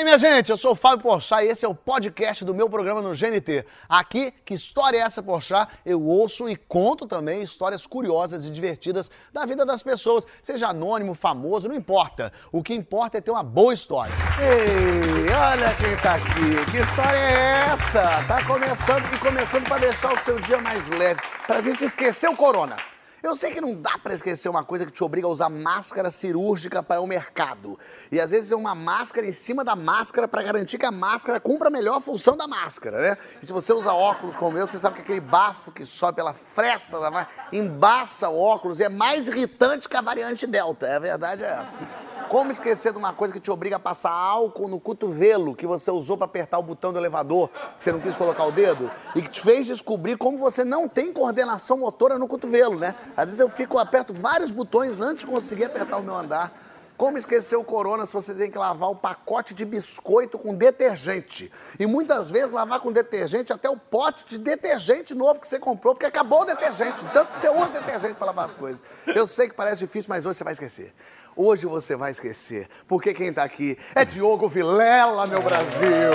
aí, minha gente? Eu sou o Fábio Porchat e esse é o podcast do meu programa no GNT. Aqui, Que História é Essa, Porchat? Eu ouço e conto também histórias curiosas e divertidas da vida das pessoas. Seja anônimo, famoso, não importa. O que importa é ter uma boa história. Ei, olha quem tá aqui. Que história é essa? Tá começando pra deixar o seu dia mais leve, pra gente esquecer o corona. Eu sei que não dá pra esquecer uma coisa que te obriga a usar máscara cirúrgica para o mercado. E às vezes é uma máscara em cima da máscara pra garantir que a máscara cumpra a melhor função da máscara, né? E se você usa óculos como eu, você sabe que aquele bafo que sobe pela fresta da máscara embaça o óculos e é mais irritante que a variante Delta. A verdade é essa. Como esquecer de uma coisa que te obriga a passar álcool no cotovelo que você usou pra apertar o botão do elevador, que você não quis colocar o dedo, e que te fez descobrir como você não tem coordenação motora no cotovelo, né? Às vezes eu aperto vários botões antes de conseguir apertar o meu andar. Como esquecer o corona se você tem que lavar o pacote de biscoito com detergente? E muitas vezes lavar com detergente até o pote de detergente novo que você comprou, porque acabou o detergente, tanto que você usa detergente para lavar as coisas. Eu sei que parece difícil, mas hoje você vai esquecer. Hoje você vai esquecer, porque quem tá aqui é Diogo Vilela, meu Brasil!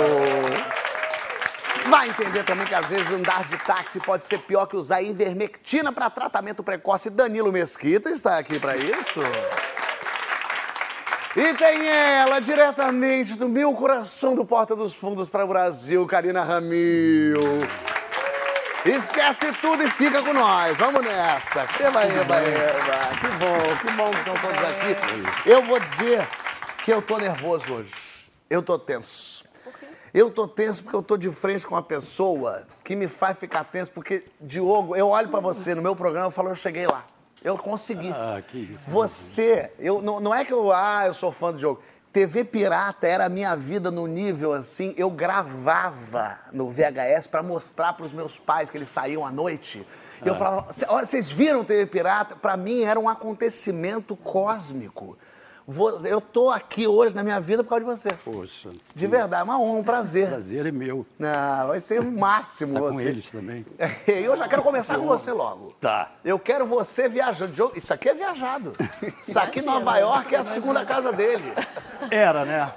Vai entender também que às vezes andar de táxi pode ser pior que usar ivermectina para tratamento precoce. Danilo Mesquita está aqui para isso. E tem ela, diretamente do meu coração do Porta dos Fundos para o Brasil, Karina Ramil. Esquece tudo e fica com nós. Vamos nessa. Eba. Que bom que estão todos aqui. Eu vou dizer que eu tô nervoso hoje. Eu tô tenso. Eu tô tenso porque eu tô de frente com uma pessoa que me faz ficar tenso, porque, Diogo, eu olho pra você no meu programa e falo, eu cheguei lá. Eu consegui. Que isso. Você, não é que eu sou fã do Diogo. TV Pirata era a minha vida no nível assim, eu gravava no VHS pra mostrar pros meus pais que eles saíam à noite. E eu falava, olha, vocês viram TV Pirata? Pra mim era um acontecimento cósmico. Eu tô aqui hoje na minha vida por causa de você. Poxa. De verdade, é uma honra, um prazer. O prazer é meu. Vai ser o máximo Tá você. com eles também. Eu já quero começar com você logo. Tá. Eu quero você viajando. Isso aqui é viajado. Isso aqui, Nova York, é a segunda casa dele. Era, né?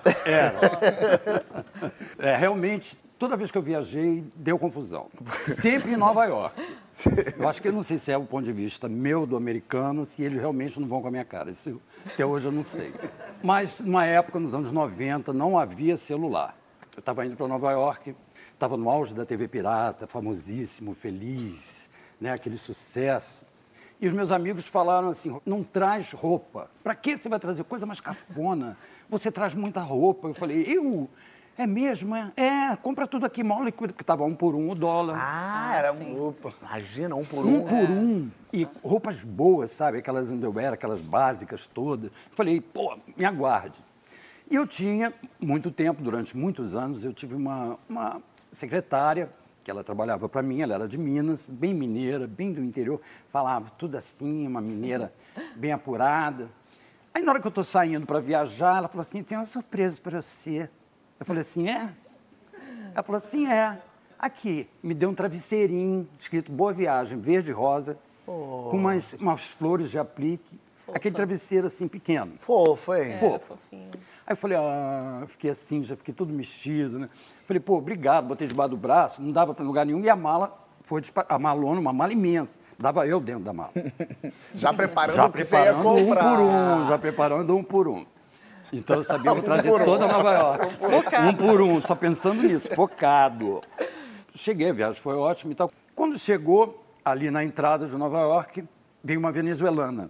Era. Realmente, toda vez que eu viajei, deu confusão. Sempre em Nova York. Eu acho que eu não sei se é o ponto de vista meu, do americano, se eles realmente não vão com a minha cara. Isso até hoje eu não sei. Mas, numa época, nos anos 90, não havia celular. Eu estava indo para Nova York, estava no auge da TV Pirata, famosíssimo, feliz, né, aquele sucesso. E os meus amigos falaram assim, não traz roupa. Para que você vai trazer coisa mais cafona? Você traz muita roupa. Eu falei, é mesmo? Compra tudo aqui, mó liquida, porque estava 1 por 1 o dólar. Era imagina, 1 por 1. 1 por 1. E roupas boas, sabe? Aquelas underwear, aquelas básicas todas. Eu falei, pô, me aguarde. E eu tinha, muito tempo, durante muitos anos, eu tive uma secretária, que ela trabalhava para mim, ela era de Minas, bem mineira, bem do interior, falava tudo assim, uma mineira bem apurada. Aí, na hora que eu estou saindo para viajar, ela falou assim, tem uma surpresa para você. Eu falei assim, é? Ela falou assim, é. Aqui, me deu um travesseirinho, escrito Boa Viagem, verde e rosa, com umas flores de aplique. Aquele travesseiro assim, pequeno. Fofo, hein? Fofo. Aí eu falei, fiquei assim, já fiquei todo mexido, né? Falei, pô, obrigado, botei debaixo do braço, não dava para lugar nenhum. E a mala foi a malona, uma mala imensa. Dava eu dentro da mala. Já preparando o que você ia comprar. 1 por 1, já preparando 1 por 1. Então eu sabia que trazer toda Nova York. 1 por 1, só pensando nisso, focado. Cheguei, a viagem foi ótima e tal. Quando chegou ali na entrada de Nova York, veio uma venezuelana.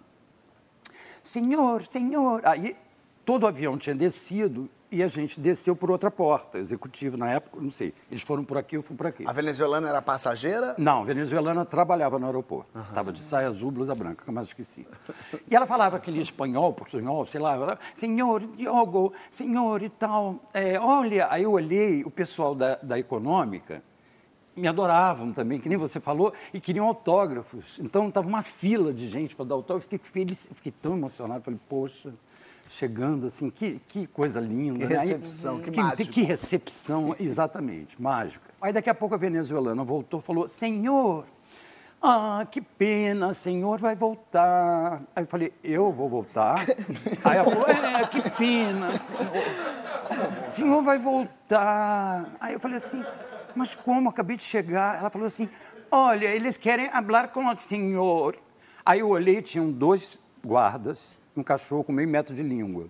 Senhor. Aí todo o avião tinha descido e a gente desceu por outra porta. Executivo na época, não sei. Eles foram por aqui, eu fui por aqui. A venezuelana era passageira? Não, a venezuelana trabalhava no aeroporto. Estava de saia azul, blusa branca, que eu mais esqueci. E ela falava aquele espanhol, portunhol, sei lá. Senhor, Diogo, senhor e tal. Olha, aí eu olhei, o pessoal da econômica me adoravam também, que nem você falou, e queriam autógrafos. Então, estava uma fila de gente para dar autógrafo. Eu fiquei feliz, fiquei tão emocionado. Falei, poxa, chegando assim, que coisa linda. Que recepção, né? que mágico. Que recepção, exatamente, mágica. Aí, daqui a pouco, a venezuelana voltou e falou, senhor, que pena, senhor vai voltar. Aí eu falei, eu vou voltar? Aí ela falou, que pena, senhor. O senhor vai voltar. Aí eu falei assim, mas como? Acabei de chegar. Ela falou assim, olha, eles querem falar com o senhor. Aí eu olhei, tinham 2 guardas, um cachorro com meio metro de língua.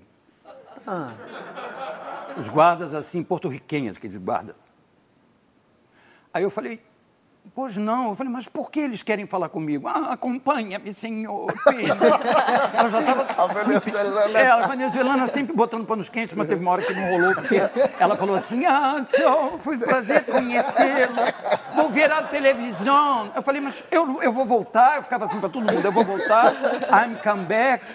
Os guardas, assim, porto-riquenhos, aqueles guardas. Aí eu falei, pois não. Eu falei, mas por que eles querem falar comigo? Acompanha-me, senhor. Ela já estava... A venezuelana. A venezuelana sempre botando panos quentes, mas teve uma hora que não rolou, porque ela falou assim, tchau, foi um prazer conhecê-lo, vou ver a televisão. Eu falei, mas eu vou voltar. Eu ficava assim para todo mundo, eu vou voltar. I'm come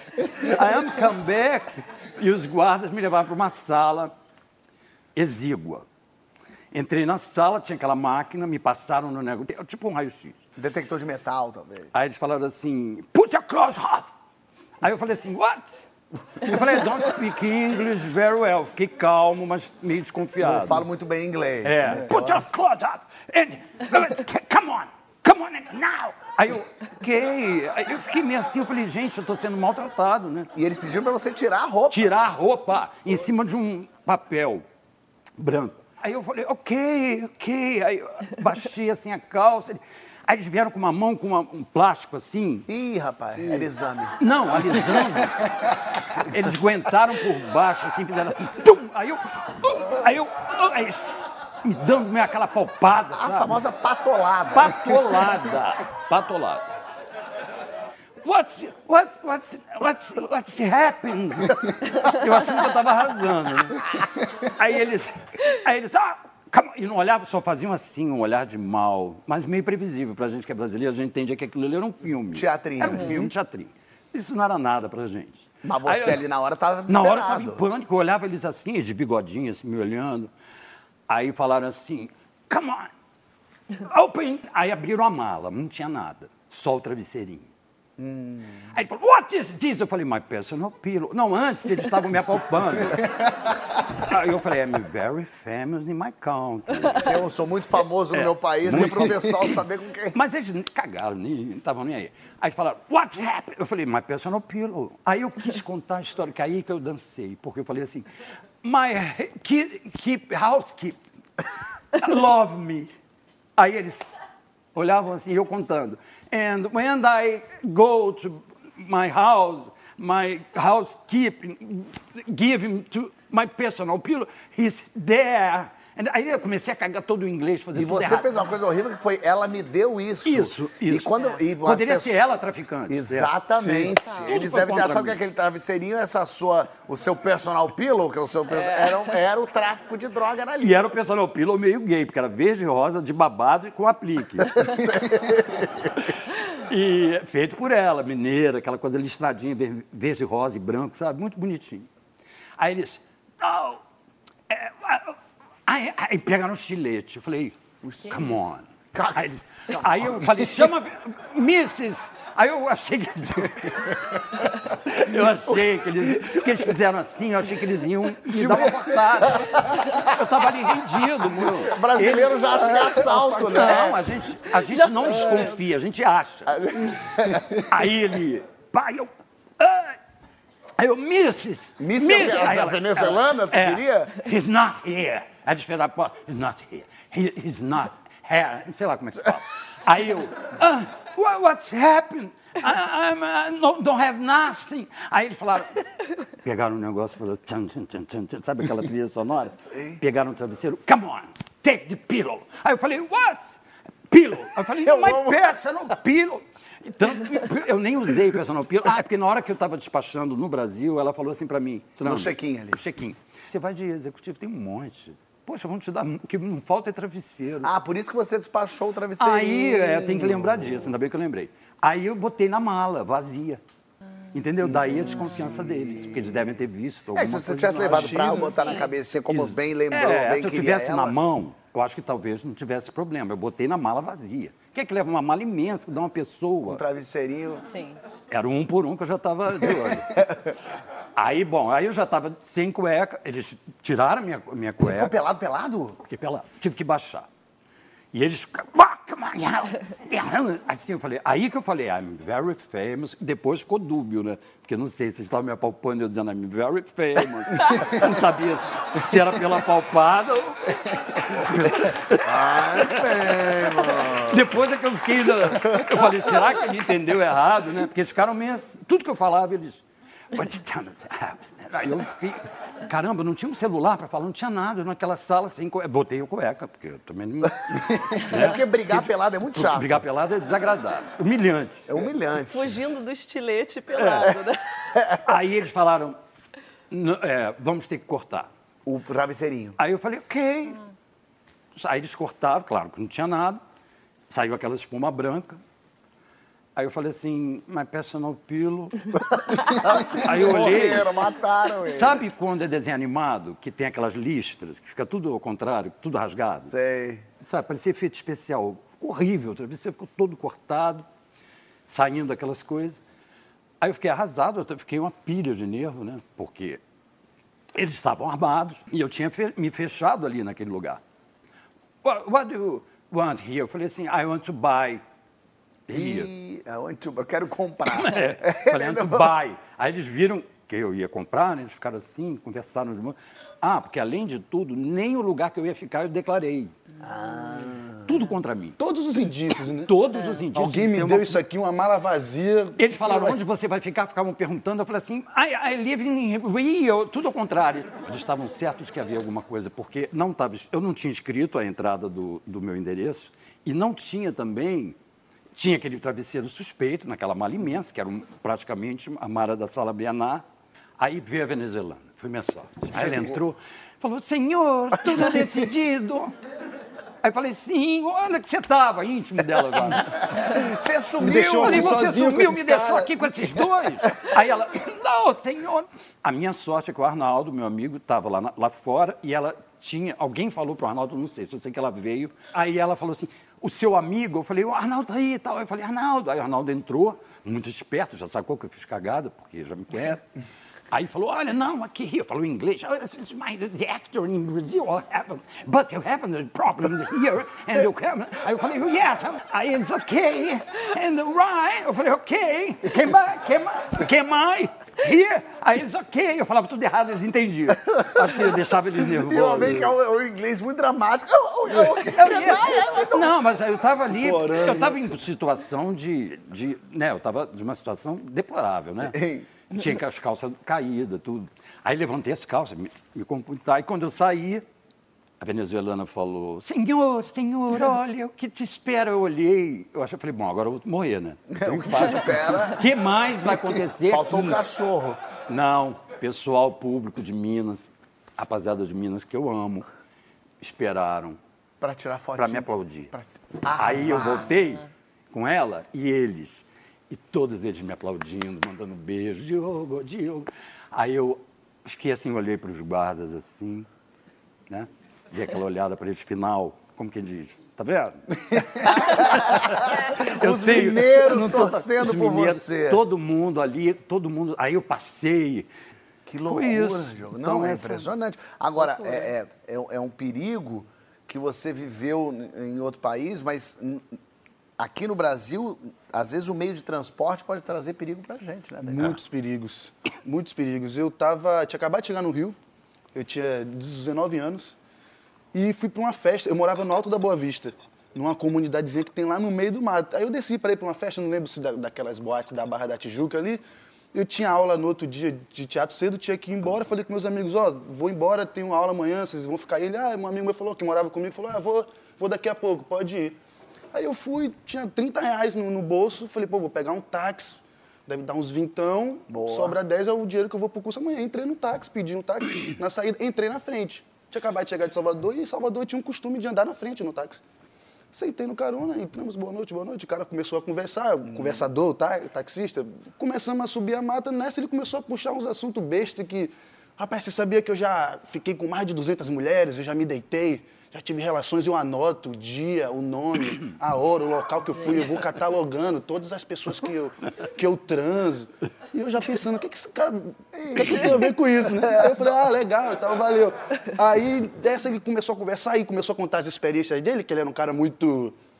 back. E os guardas me levaram para uma sala exígua. Entrei na sala, tinha aquela máquina, me passaram no negócio, tipo um raio-x. Detector de metal, talvez. Aí eles falaram assim, put your clothes on. Aí eu falei assim, what? Eu falei, I don't speak English very well. Fiquei calmo, mas meio desconfiado. Não falo muito bem inglês. Put your clothes on. Come on now. Aí eu, ok. Aí eu fiquei meio assim, eu falei, gente, eu tô sendo maltratado, né? E eles pediram pra você tirar a roupa. Tirar a roupa em cima de um papel branco. Aí eu falei, ok. Aí eu baixei assim a calça. Aí eles vieram com uma mão com um plástico assim. Ih, rapaz, era exame. Não, alisando. Eles aguentaram por baixo, assim, fizeram assim. Tum! Aí eles me dando meio aquela palpada, sabe? A famosa patolada. Patolada. What's happened? Eu achando que eu estava arrasando, né? Aí eles, come on. E não olhavam, só faziam assim, um olhar de mal, mas meio previsível pra gente que é brasileiro, a gente entendia que aquilo ali era um filme. Teatrinho. Era um filme, teatrinho. Isso não era nada pra gente. Mas você ali na hora estava Na desesperado. hora eu estava em pânico, eu olhava eles assim, de bigodinho, assim, me olhando. Aí falaram assim, come on, open. Aí abriram a mala, não tinha nada, só o travesseirinho. Aí ele falou, what is this? Eu falei, my personal pillow. Não, antes eles estavam me apalpando. Aí eu falei, I'm very famous in my country. Eu sou muito famoso no meu país, que é pro pessoal saber com quem. Mas eles cagaram, não estavam nem aí. Aí falaram, what happened? Eu falei, my personal pillow. Aí eu quis contar a história, que aí que eu dancei, porque eu falei assim, my housekeeper love me. Aí eles olhavam assim, eu contando. And when I go to my housekeeper give him to my personal pillow, he's there. And aí eu comecei a cagar todo o inglês, fazer tudo você errado. fez uma coisa horrível que foi, ela me deu isso. Isso. E quando, Poderia ser ela traficante. Exatamente. Sim. Eles Tudo foi devem ter contra achado mim. que aquele travesseirinho, o seu personal pillow, que é o seu era o tráfico de droga era ali. E era o personal pillow meio gay, porque era verde e rosa, de babado e com aplique. E feito por ela, mineira, aquela coisa listradinha, verde, rosa e branco, sabe? Muito bonitinho. Aí eles, aí pegaram um estilete. Eu falei, come on. Aí eu falei, chama Mrs. Aí eu achei que eles fizeram assim, eu achei que eles iam me dar uma cortada. Eu estava ali rendido, meu. Brasileiro já acha que é assalto, né? Não, a gente não desconfia, a gente acha. Aí ele, pai, aí eu, Mrs. A venezuelana, tu queria? He's not here. Aí eles fecharam a porta, he's not here. He's not here. Não sei lá como é que se fala. Aí eu, what's happened? I don't have nothing. Aí eles falaram, pegaram um negócio e falaram, tchan, tchan, tchan, tchan, tchan, sabe aquela trilha sonora? Pegaram um travesseiro, come on, take the pillow. Aí eu falei, what? Pillow. Aí eu falei, no, my personal pillow. Então, eu nem usei personal pillow. É porque na hora que eu estava despachando no Brasil, ela falou assim pra mim. No check-in ali. No check-in. Você vai de executivo, tem um monte. Poxa, vamos te dar, o que não falta é travesseiro. Por isso que você despachou o travesseiro. Aí, eu tenho que lembrar disso, ainda bem que eu lembrei. Aí eu botei na mala, vazia. Entendeu? Daí a desconfiança deles, porque eles devem ter visto alguma coisa. Se você tivesse levado pra botar na cabecinha, como bem lembrou, bem se eu queria tivesse ela. na mão, eu acho que talvez não tivesse problema. Eu botei na mala vazia. Quem é que leva uma mala imensa, que dá uma pessoa? Um travesseirinho. Sim. Era um por um que eu já estava de olho. Aí, bom, aí eu já estava sem cueca, eles tiraram minha cueca. Você ficou pelado? Fiquei pelado, tive que baixar. E eles, come Assim eu falei, aí que eu falei, I'm very famous. Depois ficou dúbio, né? Porque eu não sei se eles estavam me apalpando e eu dizendo, I'm very famous. Não sabia se era pela palpada ou... I'm famous. Depois é que eu fiquei... Eu falei, será que ele entendeu errado, né? Porque eles ficaram meio assim, tudo que eu falava, eles... Aí eu fiquei... Caramba, não tinha um celular para falar, não tinha nada. Naquela sala, assim, botei o cueca, porque eu também não... É porque brigar pelado é muito chato. Brigar pelado é desagradável, humilhante. É humilhante. Fugindo do estilete pelado, né? Aí eles falaram, vamos ter que cortar. O travesseirinho. Aí eu falei, ok. Aí eles cortaram, claro que não tinha nada. Saiu aquela espuma branca. Aí eu falei assim, my personal pillow. Aí eu olhei. Morreram, mataram ele. Sabe quando é desenho animado, que tem aquelas listras, que fica tudo ao contrário, tudo rasgado? Sei. Sabe, parecia efeito especial. Horrível, você ficou todo cortado, saindo aquelas coisas. Aí eu fiquei arrasado, eu fiquei uma pilha de nervo, né? Porque eles estavam armados e eu tinha me fechado ali naquele lugar. What do you want here? Eu falei assim, I want to buy here. Eu quero comprar. Falei, I want to buy. Aí eles viram que eu ia comprar, né? Eles ficaram assim, conversaram de modo. Porque além de tudo, nem o lugar que eu ia ficar eu declarei. Tudo contra mim. Todos os indícios, né? Todos os indícios. Alguém me deu isso aqui, uma mala vazia. Eles falaram, onde você vai ficar? Ficavam perguntando. Eu falei assim, I live in Rio. Tudo ao contrário. Eles estavam certos que havia alguma coisa, porque eu não tinha escrito a entrada do meu endereço e não tinha também... Tinha aquele travesseiro suspeito, naquela mala imensa, que era praticamente a mala da Sala Bianar. Aí veio a venezuelana, foi minha sorte. Aí ela entrou, falou, senhor, tudo decidido. Aí eu falei, sim, onde que você estava? Íntimo dela agora. Você sumiu. deixou Falei, aqui você sozinho com sumiu, esses me deixou caras. aqui com esses dois? Aí ela, não, senhor. A minha sorte é que o Arnaldo, meu amigo, estava lá fora e ela tinha... Alguém falou para o Arnaldo, não sei, só sei que ela veio. Aí ela falou assim, o seu amigo? Eu falei, o Arnaldo aí e tal. Eu falei, Arnaldo. Aí o Arnaldo entrou, muito esperto, já sacou que eu fiz cagada, porque já me conhece. Aí falou, olha, não, aqui, eu falo inglês. Oh, this is the actor in Brazil, but you have problems here, and you come. Aí eu falei, yes, it's okay, and right. Eu falei, ok, can I? Here? Aí eles, ok. Eu falava tudo errado, eles entendiam. Acho que eu deixava eles nervosos. Realmente é o inglês muito dramático. Não, mas eu estava ali, eu estava em situação né, eu estava de uma situação deplorável, né? Sim. Tinha as calças caídas, tudo. Aí levantei as calças, me computar. E quando eu saí, a venezuelana falou, senhor, olha, o que te espera? Eu olhei, eu falei, bom, agora eu vou morrer, né? O que te espera? O que mais vai acontecer Faltou aqui? um cachorro. Não, pessoal público de Minas, rapaziada de Minas que eu amo, esperaram Pra tirar foto. para me aplaudir. Aí eu voltei com ela e eles. E todos eles me aplaudindo, mandando beijo. Diogo, Diogo. Aí eu fiquei assim, olhei para os guardas assim, né? Dei aquela olhada para eles, final, como que diz? Tá vendo? Os mineiros torcendo por você. Todo mundo ali, todo mundo. Aí eu passei. Que loucura, isso. Diogo. Então, Não, é essa- impressionante. Agora, é um perigo que você viveu em outro país, mas aqui no Brasil, às vezes o meio de transporte pode trazer perigo pra gente, né? Muitos perigos, muitos perigos. Tinha acabado de chegar no Rio, eu tinha 19 anos, e fui para uma festa. Eu morava no Alto da Boa Vista, numa comunidadezinha que tem lá no meio do mato. Aí eu desci para ir para uma festa, não lembro se daquelas boates da Barra da Tijuca ali. Eu tinha aula no outro dia de teatro cedo, tinha que ir embora. Falei com meus amigos, vou embora, tenho uma aula amanhã, vocês vão ficar aí. Ele, um amigo meu falou, que morava comigo, falou, vou daqui a pouco, pode ir. Aí eu fui, tinha R$30 no bolso, falei, vou pegar um táxi, deve dar uns vintão, sobra 10 é o dinheiro que eu vou pro curso amanhã. Entrei no táxi, pedi um táxi, na saída, entrei na frente. Tinha acabado de chegar de Salvador e Salvador tinha um costume de andar na frente no táxi. Sentei no carona, entramos, boa noite. O cara começou a conversar, o conversador, taxista. Começamos a subir a mata, nessa ele começou a puxar uns assuntos bestas que... Rapaz, você sabia que eu já fiquei com mais de 200 mulheres, eu já me deitei, já tive relações, eu anoto o dia, o nome, a hora, o local que eu fui, eu vou catalogando todas as pessoas que eu transo. E eu já pensando, o que esse cara... O que tem a ver com isso, né? Aí eu falei, legal, então valeu. Aí, dessa ele começou a conversar e começou a contar as experiências dele, que ele era um cara muito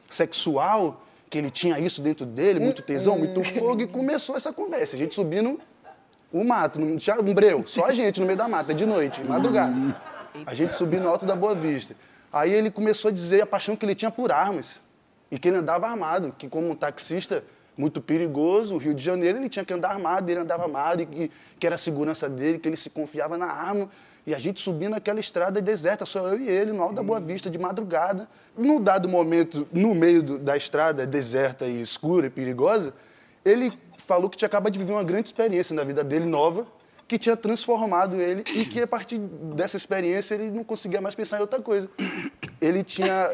sexual, que ele tinha isso dentro dele, muito tesão, muito fogo, e começou essa conversa. A gente subindo o mato, não tinha um breu, só a gente no meio da mata, de noite, madrugada. A gente subindo no alto da Boa Vista. Aí ele começou a dizer a paixão que ele tinha por armas, e que ele andava armado, que como um taxista muito perigoso, o Rio de Janeiro, ele tinha que andar armado, ele andava armado, e que era a segurança dele, que ele se confiava na arma. E a gente subindo aquela estrada deserta, só eu e ele, no alto da Boa Vista, de madrugada. Num dado momento, no meio da estrada deserta e escura e perigosa, ele falou que tinha acabado de viver uma grande experiência na vida dele, nova, que tinha transformado ele e que, a partir dessa experiência, ele não conseguia mais pensar em outra coisa. Ele tinha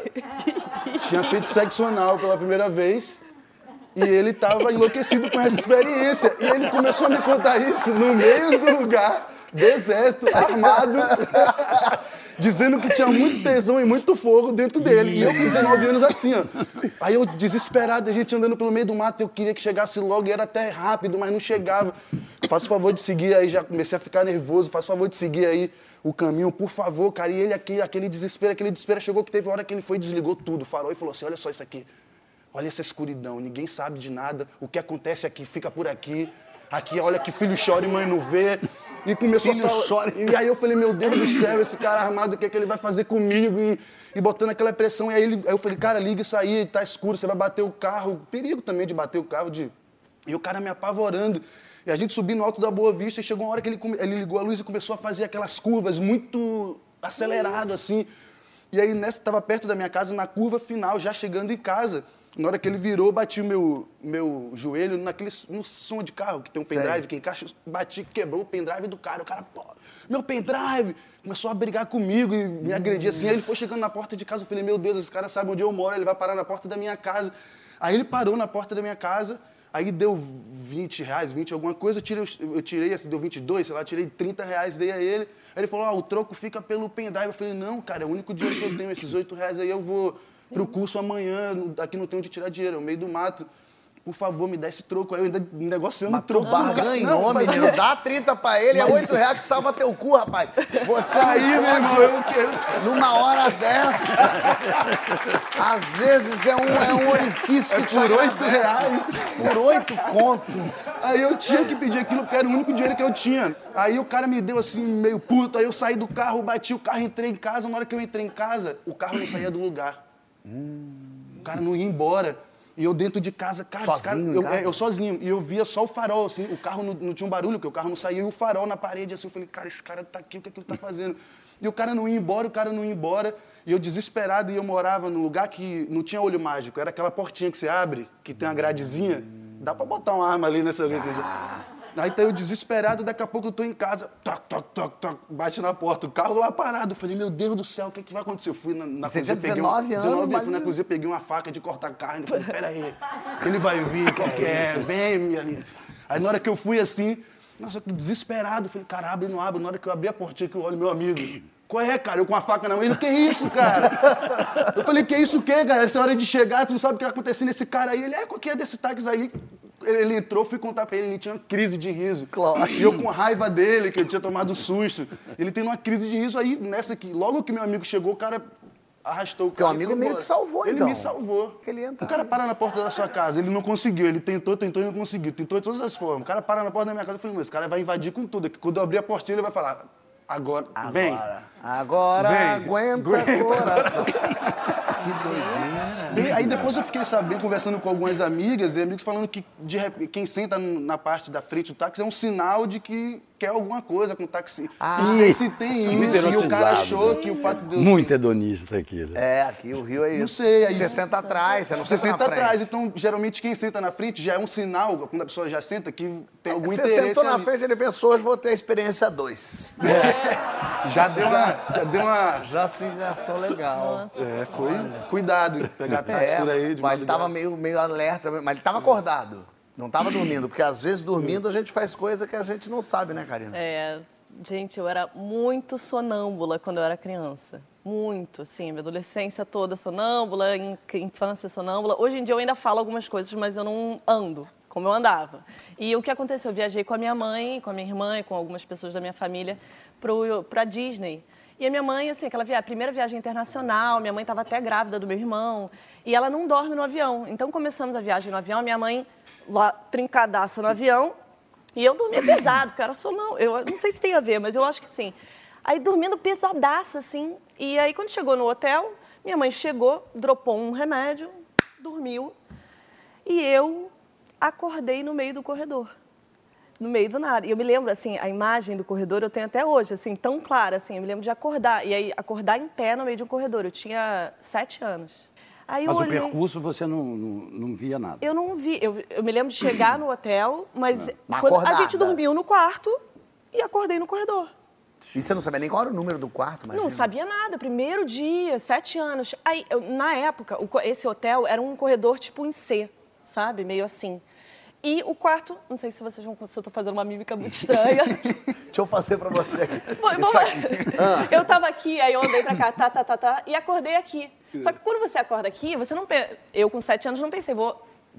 feito sexo anal pela primeira vez. E ele estava enlouquecido com essa experiência. E ele começou a me contar isso no meio do lugar, deserto, armado, dizendo que tinha muito tesão e muito fogo dentro dele. E eu com 19 anos assim, ó. Aí eu, desesperado, a gente andando pelo meio do mato, eu queria que chegasse logo, e era até rápido, mas não chegava. Faça o favor de seguir aí, já comecei a ficar nervoso, faça o favor de seguir aí o caminho, por favor, cara. E ele, aquele desespero, chegou que teve hora que ele foi e desligou tudo, o farol, e falou assim, olha só isso aqui. Olha essa escuridão, ninguém sabe de nada, o que acontece aqui fica por aqui. Aqui, olha que filho chora e mãe não vê. E começou a falar. E aí eu falei, meu Deus do céu, esse cara armado, o que é que ele vai fazer comigo? E botando aquela pressão. E aí eu falei, cara, liga isso aí, tá escuro, você vai bater o carro. Perigo também de bater o carro. E o cara me apavorando. E a gente subiu no alto da Boa Vista e chegou uma hora que ele ligou a luz e começou a fazer aquelas curvas muito acelerado, assim. E aí nessa, estava perto da minha casa, na curva final, já chegando em casa. Na hora que ele virou, bati o meu joelho no som de carro, que tem um pendrive que encaixa, bati, quebrou o pendrive do cara. O cara, pô, meu pendrive! Começou a brigar comigo e me agredir assim. Aí ele foi chegando na porta de casa, eu falei, meu Deus, esse cara sabe onde eu moro, ele vai parar na porta da minha casa. Aí ele parou na porta da minha casa, aí deu 20 reais, 20 alguma coisa, eu tirei assim, deu 22, sei lá, tirei 30 reais, dei a ele. Aí ele falou, o troco fica pelo pendrive. Eu falei, não, cara, é o único dinheiro que eu tenho, esses 8 reais aí eu vou pro curso amanhã, aqui não tem onde tirar dinheiro, é no meio do mato. Por favor, me dá esse troco. Aí eu ainda negociando o troco. Barganhou, menino. Dá 30 pra ele, é 8 reais que salva teu cu, rapaz. Você aí, meu irmão, numa hora dessa, às vezes é um orifício que por 8 reais. Por 8 conto. Aí eu tinha que pedir aquilo porque era o único dinheiro que eu tinha. Aí o cara me deu assim, meio puto. Aí eu saí do carro, bati o carro, entrei em casa. Na hora que eu entrei em casa, o carro não saía do lugar. O cara não ia embora. E eu dentro de casa, cara, sozinho, eu sozinho. E eu via só o farol, assim, o carro não tinha um barulho, porque o carro não saía, e o farol na parede, assim, eu falei, cara, esse cara tá aqui, o que é que ele tá fazendo? E o cara não ia embora, e eu desesperado, e eu morava num lugar que não tinha olho mágico, era aquela portinha que você abre, que tem uma gradezinha, dá pra botar uma arma ali nessa coisa. Aí tá eu desesperado, daqui a pouco eu tô em casa, toc, toc, toc, toc, bate na porta, o carro lá parado. Eu falei, meu Deus do céu, o que é que vai acontecer? Eu fui na Você cozinha, tinha 19 anos, fui na cozinha, peguei uma faca de cortar carne, falei, peraí, ele vai vir, qual que é? Vem, minha linda. Aí na hora que eu fui assim, nossa, que desesperado, eu falei, cara, abre, não abre. Na hora que eu abri a portinha, que eu olho meu amigo, qual é, cara? Eu com a faca na mão, ele, que isso, cara? Eu falei, que isso o quê, cara? Essa hora de chegar, tu não sabe o que vai acontecer nesse cara aí. Ele, qual que é desse táxi aí? Ele entrou, fui contar pra ele tinha uma crise de riso. Claro. E eu com raiva dele, que eu tinha tomado susto. Ele tem uma crise de riso aí, nessa aqui. Logo que meu amigo chegou, o cara arrastou o carro. Teu amigo meio te salvou, ele então. Ele me salvou. Ele entrou. O cara para na porta da sua casa, ele não conseguiu. Ele tentou e não conseguiu. Tentou de todas as formas. O cara para na porta da minha casa, eu falei, mas esse cara vai invadir com tudo. Quando eu abrir a portinha, ele vai falar, agora. Vem. Agora vem. Aguenta coração. Que doideira. Aí depois eu fiquei sabendo, conversando com algumas amigas e amigos, falando que quem senta na parte da frente do táxi é um sinal de que quer alguma coisa com o táxi. Não sei se tem isso. E o cara achou que o fato de eu muito hedonista aquilo. Aqui o Rio é isso. Não sei. Aí você senta atrás, você não você senta senta na frente. atrás. Então, geralmente, quem senta na frente já é um sinal, quando a pessoa já senta, que tem algum você interesse. Você sentou ali. na frente, ele pensou, hoje vou ter a experiência 2. Já deu uma... Já se gastou legal. foi cuidado, pegar táxi por aí. Mas ele tava meio alerta, mas ele tava acordado. Não tava dormindo, porque às vezes dormindo a gente faz coisa que a gente não sabe, né, Karina? Gente, eu era muito sonâmbula quando eu era criança. Muito, assim, minha adolescência toda sonâmbula, infância sonâmbula. Hoje em dia eu ainda falo algumas coisas, mas eu não ando como eu andava. E o que aconteceu? Eu viajei com a minha mãe, com a minha irmã e com algumas pessoas da minha família pra Disney. E a minha mãe, assim, primeira viagem internacional, minha mãe estava até grávida do meu irmão, e ela não dorme no avião. Então, começamos a viagem no avião, minha mãe lá trincadaça no avião, e eu dormia pesado, porque eu era sonâmbula. Eu não sei se tem a ver, mas eu acho que sim. Aí, dormindo pesadaça, assim, e aí, quando chegou no hotel, minha mãe chegou, dropou um remédio, dormiu, e eu acordei no meio do corredor. No meio do nada. E eu me lembro, assim, a imagem do corredor eu tenho até hoje, assim, tão clara, assim. Eu me lembro de acordar. E aí, acordar em pé no meio de um corredor. Eu tinha 7 anos. Aí Mas eu olhei... o percurso você não via nada? Eu não vi. Eu me lembro de chegar no hotel, mas acordada. a gente dormiu no quarto e acordei no corredor. E você não sabia nem qual era o número do quarto, imagina? Não sabia nada. Primeiro dia, 7 anos. Aí, na época, esse hotel era um corredor tipo em C, sabe? Meio assim. E o quarto, não sei se vocês vão... Se eu tô fazendo uma mímica muito estranha. Deixa eu fazer pra você aqui. Isso aqui. Eu tava aqui, aí eu andei pra cá, e acordei aqui. Só que quando você acorda aqui, você não... Eu com 7 anos não pensei, vou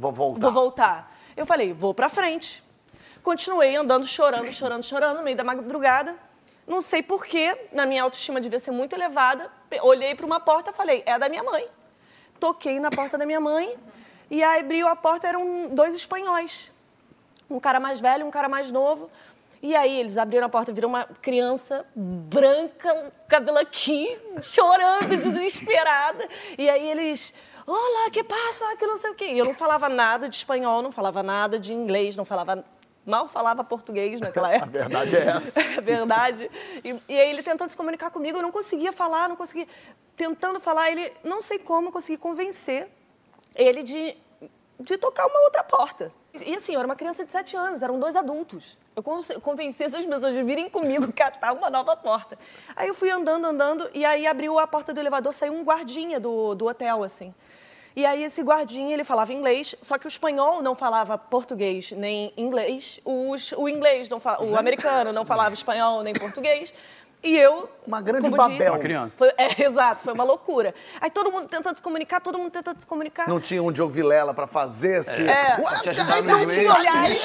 voltar. Eu falei, vou pra frente. Continuei andando, chorando no meio da madrugada. Não sei porquê, na minha autoestima devia ser muito elevada. Olhei pra uma porta, falei, é da minha mãe. Toquei na porta da minha mãe. E aí abriu a porta, eram 2 espanhóis. Um cara mais velho, um cara mais novo. E aí eles abriram a porta, viram uma criança branca, cabelo aqui, chorando, desesperada. E aí eles, olá, que passa? Que não sei o quê. E eu não falava nada de espanhol, não falava nada de inglês, mal falava português naquela época. A verdade é essa. É verdade. E aí ele tentando se comunicar comigo, eu não conseguia falar, tentando falar, ele, não sei como, eu consegui convencer ele de tocar uma outra porta. E assim, eu era uma criança de 7 anos, eram 2 adultos. Eu convenci essas pessoas de virem comigo catar uma nova porta. Aí eu fui andando, e aí abriu a porta do elevador, saiu um guardinha do hotel, assim. E aí esse guardinha, ele falava inglês, só que o espanhol não falava português nem inglês, o inglês, o americano não falava espanhol nem português. E eu... Uma grande como Babel. Uma criança. Exato, foi uma loucura. Aí todo mundo tentando se comunicar, Não tinha um Diogo Vilela pra fazer esse... Te ajudar no não inglês. tinha olhares.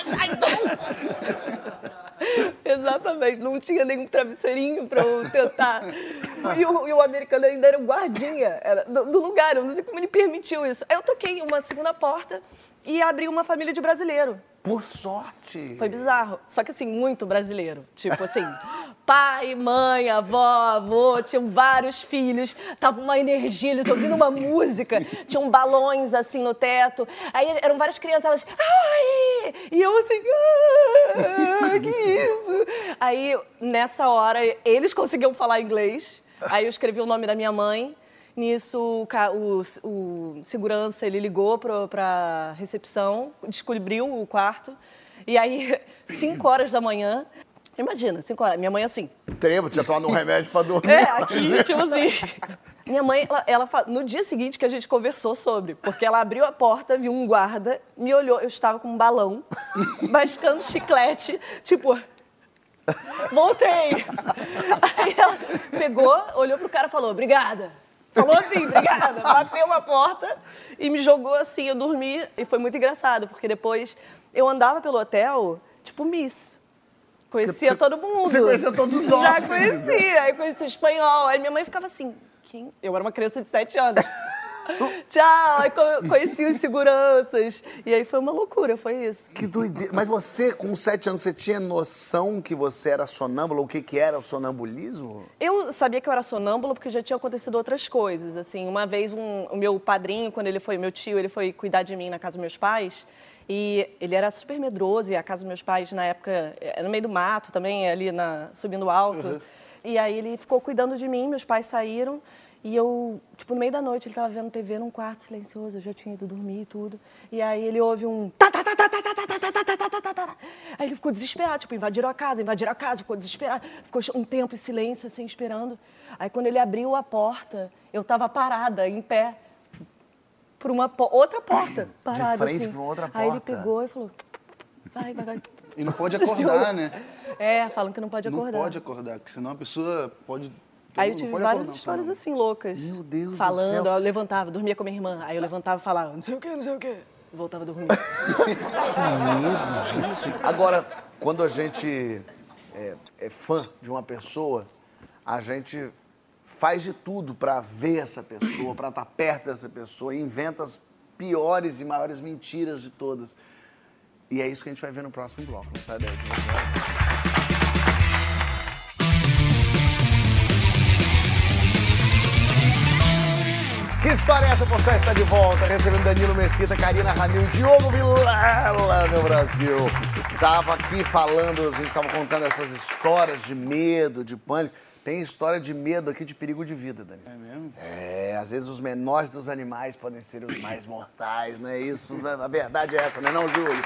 Exatamente, não tinha nenhum travesseirinho pra eu tentar. E o americano ainda era o guardinha do lugar, eu não sei como ele permitiu isso. Aí eu toquei uma segunda porta e abri uma família de brasileiro. Por sorte. Foi bizarro. Só que assim, muito brasileiro. Tipo assim, pai, mãe, avó, avô, tinham vários filhos, tava uma energia, eles ouvindo uma música, tinham balões assim no teto. Aí eram várias crianças, elas, ai! E eu assim, que isso? Aí, nessa hora, eles conseguiam falar inglês. Aí eu escrevi o nome da minha mãe. Nisso, o segurança, ele ligou pra recepção, descobriu o quarto. E aí, 5 horas da manhã, imagina, 5 horas, minha mãe assim... Tempo, tinha tomado um remédio pra dormir. Aqui, tipo assim... Minha mãe, no dia seguinte que a gente conversou sobre, porque ela abriu a porta, viu um guarda, me olhou, eu estava com um balão, mascando chiclete, tipo... Voltei! Aí ela pegou, olhou pro cara e falou, obrigada. Falou assim, obrigada. Bateu uma porta e me jogou assim, eu dormi. E foi muito engraçado, porque depois eu andava pelo hotel, tipo Miss. Conhecia todo mundo. Você conhecia todos os hóspedes. Já conhecia. Aí conhecia o espanhol. Aí minha mãe ficava assim, quem? Eu era uma criança de 7 anos. Tchau. Aí conheci os seguranças. E aí foi uma loucura, foi isso. Que doideira. Mas você, com 7 anos, você tinha noção que você era sonâmbula? O que era o sonambulismo? Eu sabia que eu era sonâmbula porque já tinha acontecido outras coisas. Assim, uma vez o meu padrinho, meu tio, ele foi cuidar de mim na casa dos meus pais. E ele era super medroso, e a casa dos meus pais, na época, era no meio do mato também, ali subindo alto. Uhum. E aí ele ficou cuidando de mim, meus pais saíram. E eu, tipo, no meio da noite, ele tava vendo TV num quarto silencioso, eu já tinha ido dormir e tudo. E aí ele ouve um... Aí ele ficou desesperado, tipo, invadiram a casa, ficou desesperado. Ficou um tempo em silêncio, assim, esperando. Aí quando ele abriu a porta, eu tava parada, em pé, por uma outra porta, parada, de frente assim. pra uma outra porta. Aí ele pegou e falou, vai. E não pode acordar, né? Falam que não pode acordar. Não pode acordar, porque senão a pessoa pode... Aí eu tive várias histórias assim, loucas. Meu Deus do falando, céu. eu levantava, dormia com a minha irmã. Aí eu levantava e falava, não sei o quê. Voltava a dormir. Agora, quando a gente é fã de uma pessoa, a gente faz de tudo para ver essa pessoa, para estar perto dessa pessoa, e inventa as piores e maiores mentiras de todas. E é isso que a gente vai ver no próximo bloco. Não sai daí. Que história é essa? Você está de volta, recebendo Danilo Mesquita, Karina Ramil, Diogo Vilela, meu Brasil. Tava aqui falando, a gente tava contando essas histórias de medo, de pânico. Tem história de medo aqui, de perigo de vida, Danilo. É mesmo? É, às vezes os menores dos animais podem ser os mais mortais, não é isso? A verdade é essa, não é não, Júlio?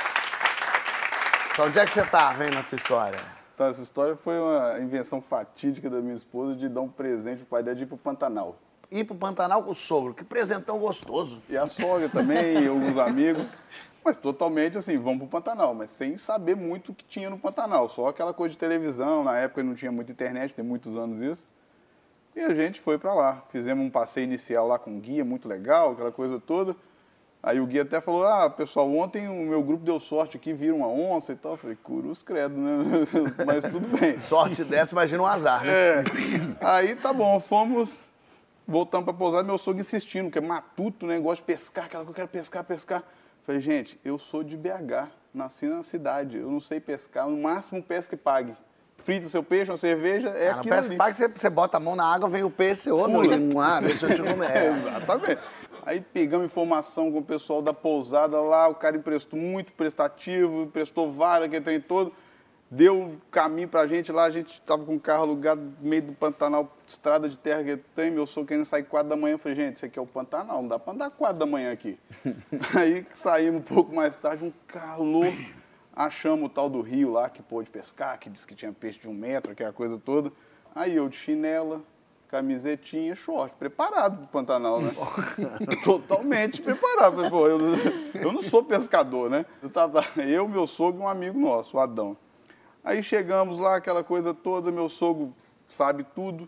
Então, onde é que você tá vendo a tua história? Então, essa história foi uma invenção fatídica da minha esposa de dar um presente pro pai dela de ir pro Pantanal. Ir pro Pantanal com o sogro, que presentão gostoso. E a sogra também, e alguns amigos. Mas totalmente assim, vamos pro Pantanal, mas sem saber muito o que tinha no Pantanal. Só aquela coisa de televisão, na época não tinha muita internet, tem muitos anos isso. E a gente foi pra lá. Fizemos um passeio inicial lá com guia, muito legal, aquela coisa toda. Aí o guia até falou, pessoal, ontem o meu grupo deu sorte aqui, viram uma onça e tal. Eu falei, cruz credo, né? Mas tudo bem. Sorte dessa, imagina um azar, né? É. Aí tá bom, voltamos pra pousada, meu sogro insistindo, porque é matuto, né? Gosta de pescar, aquela que eu quero pescar. Falei, gente, eu sou de BH, nasci na cidade, eu não sei pescar, no máximo pesca e pague. Frita seu peixe, uma cerveja, é aquilo ali. Pague, você bota a mão na água, vem o peixe, deixa eu te comer. Exatamente. Aí pegamos informação com o pessoal da pousada lá, o cara emprestou muito prestativo, emprestou vara, aquele trem todo. Deu caminho pra gente lá, a gente tava com o carro alugado no meio do Pantanal, estrada de terra que tem, meu sogro querendo sair 4 da manhã. Eu falei, gente, isso aqui é o Pantanal, não dá pra andar 4 da manhã aqui. Aí saímos um pouco mais tarde, um calor, achamos o tal do rio lá que pôde pescar, que disse que tinha peixe de 1 metro, aquela coisa toda. Aí eu de chinela, camisetinha, short, preparado pro Pantanal, né? Totalmente preparado. Falei, pô, eu não sou pescador, né? Eu, meu sogro e um amigo nosso, o Adão. Aí chegamos lá, aquela coisa toda, meu sogro sabe tudo,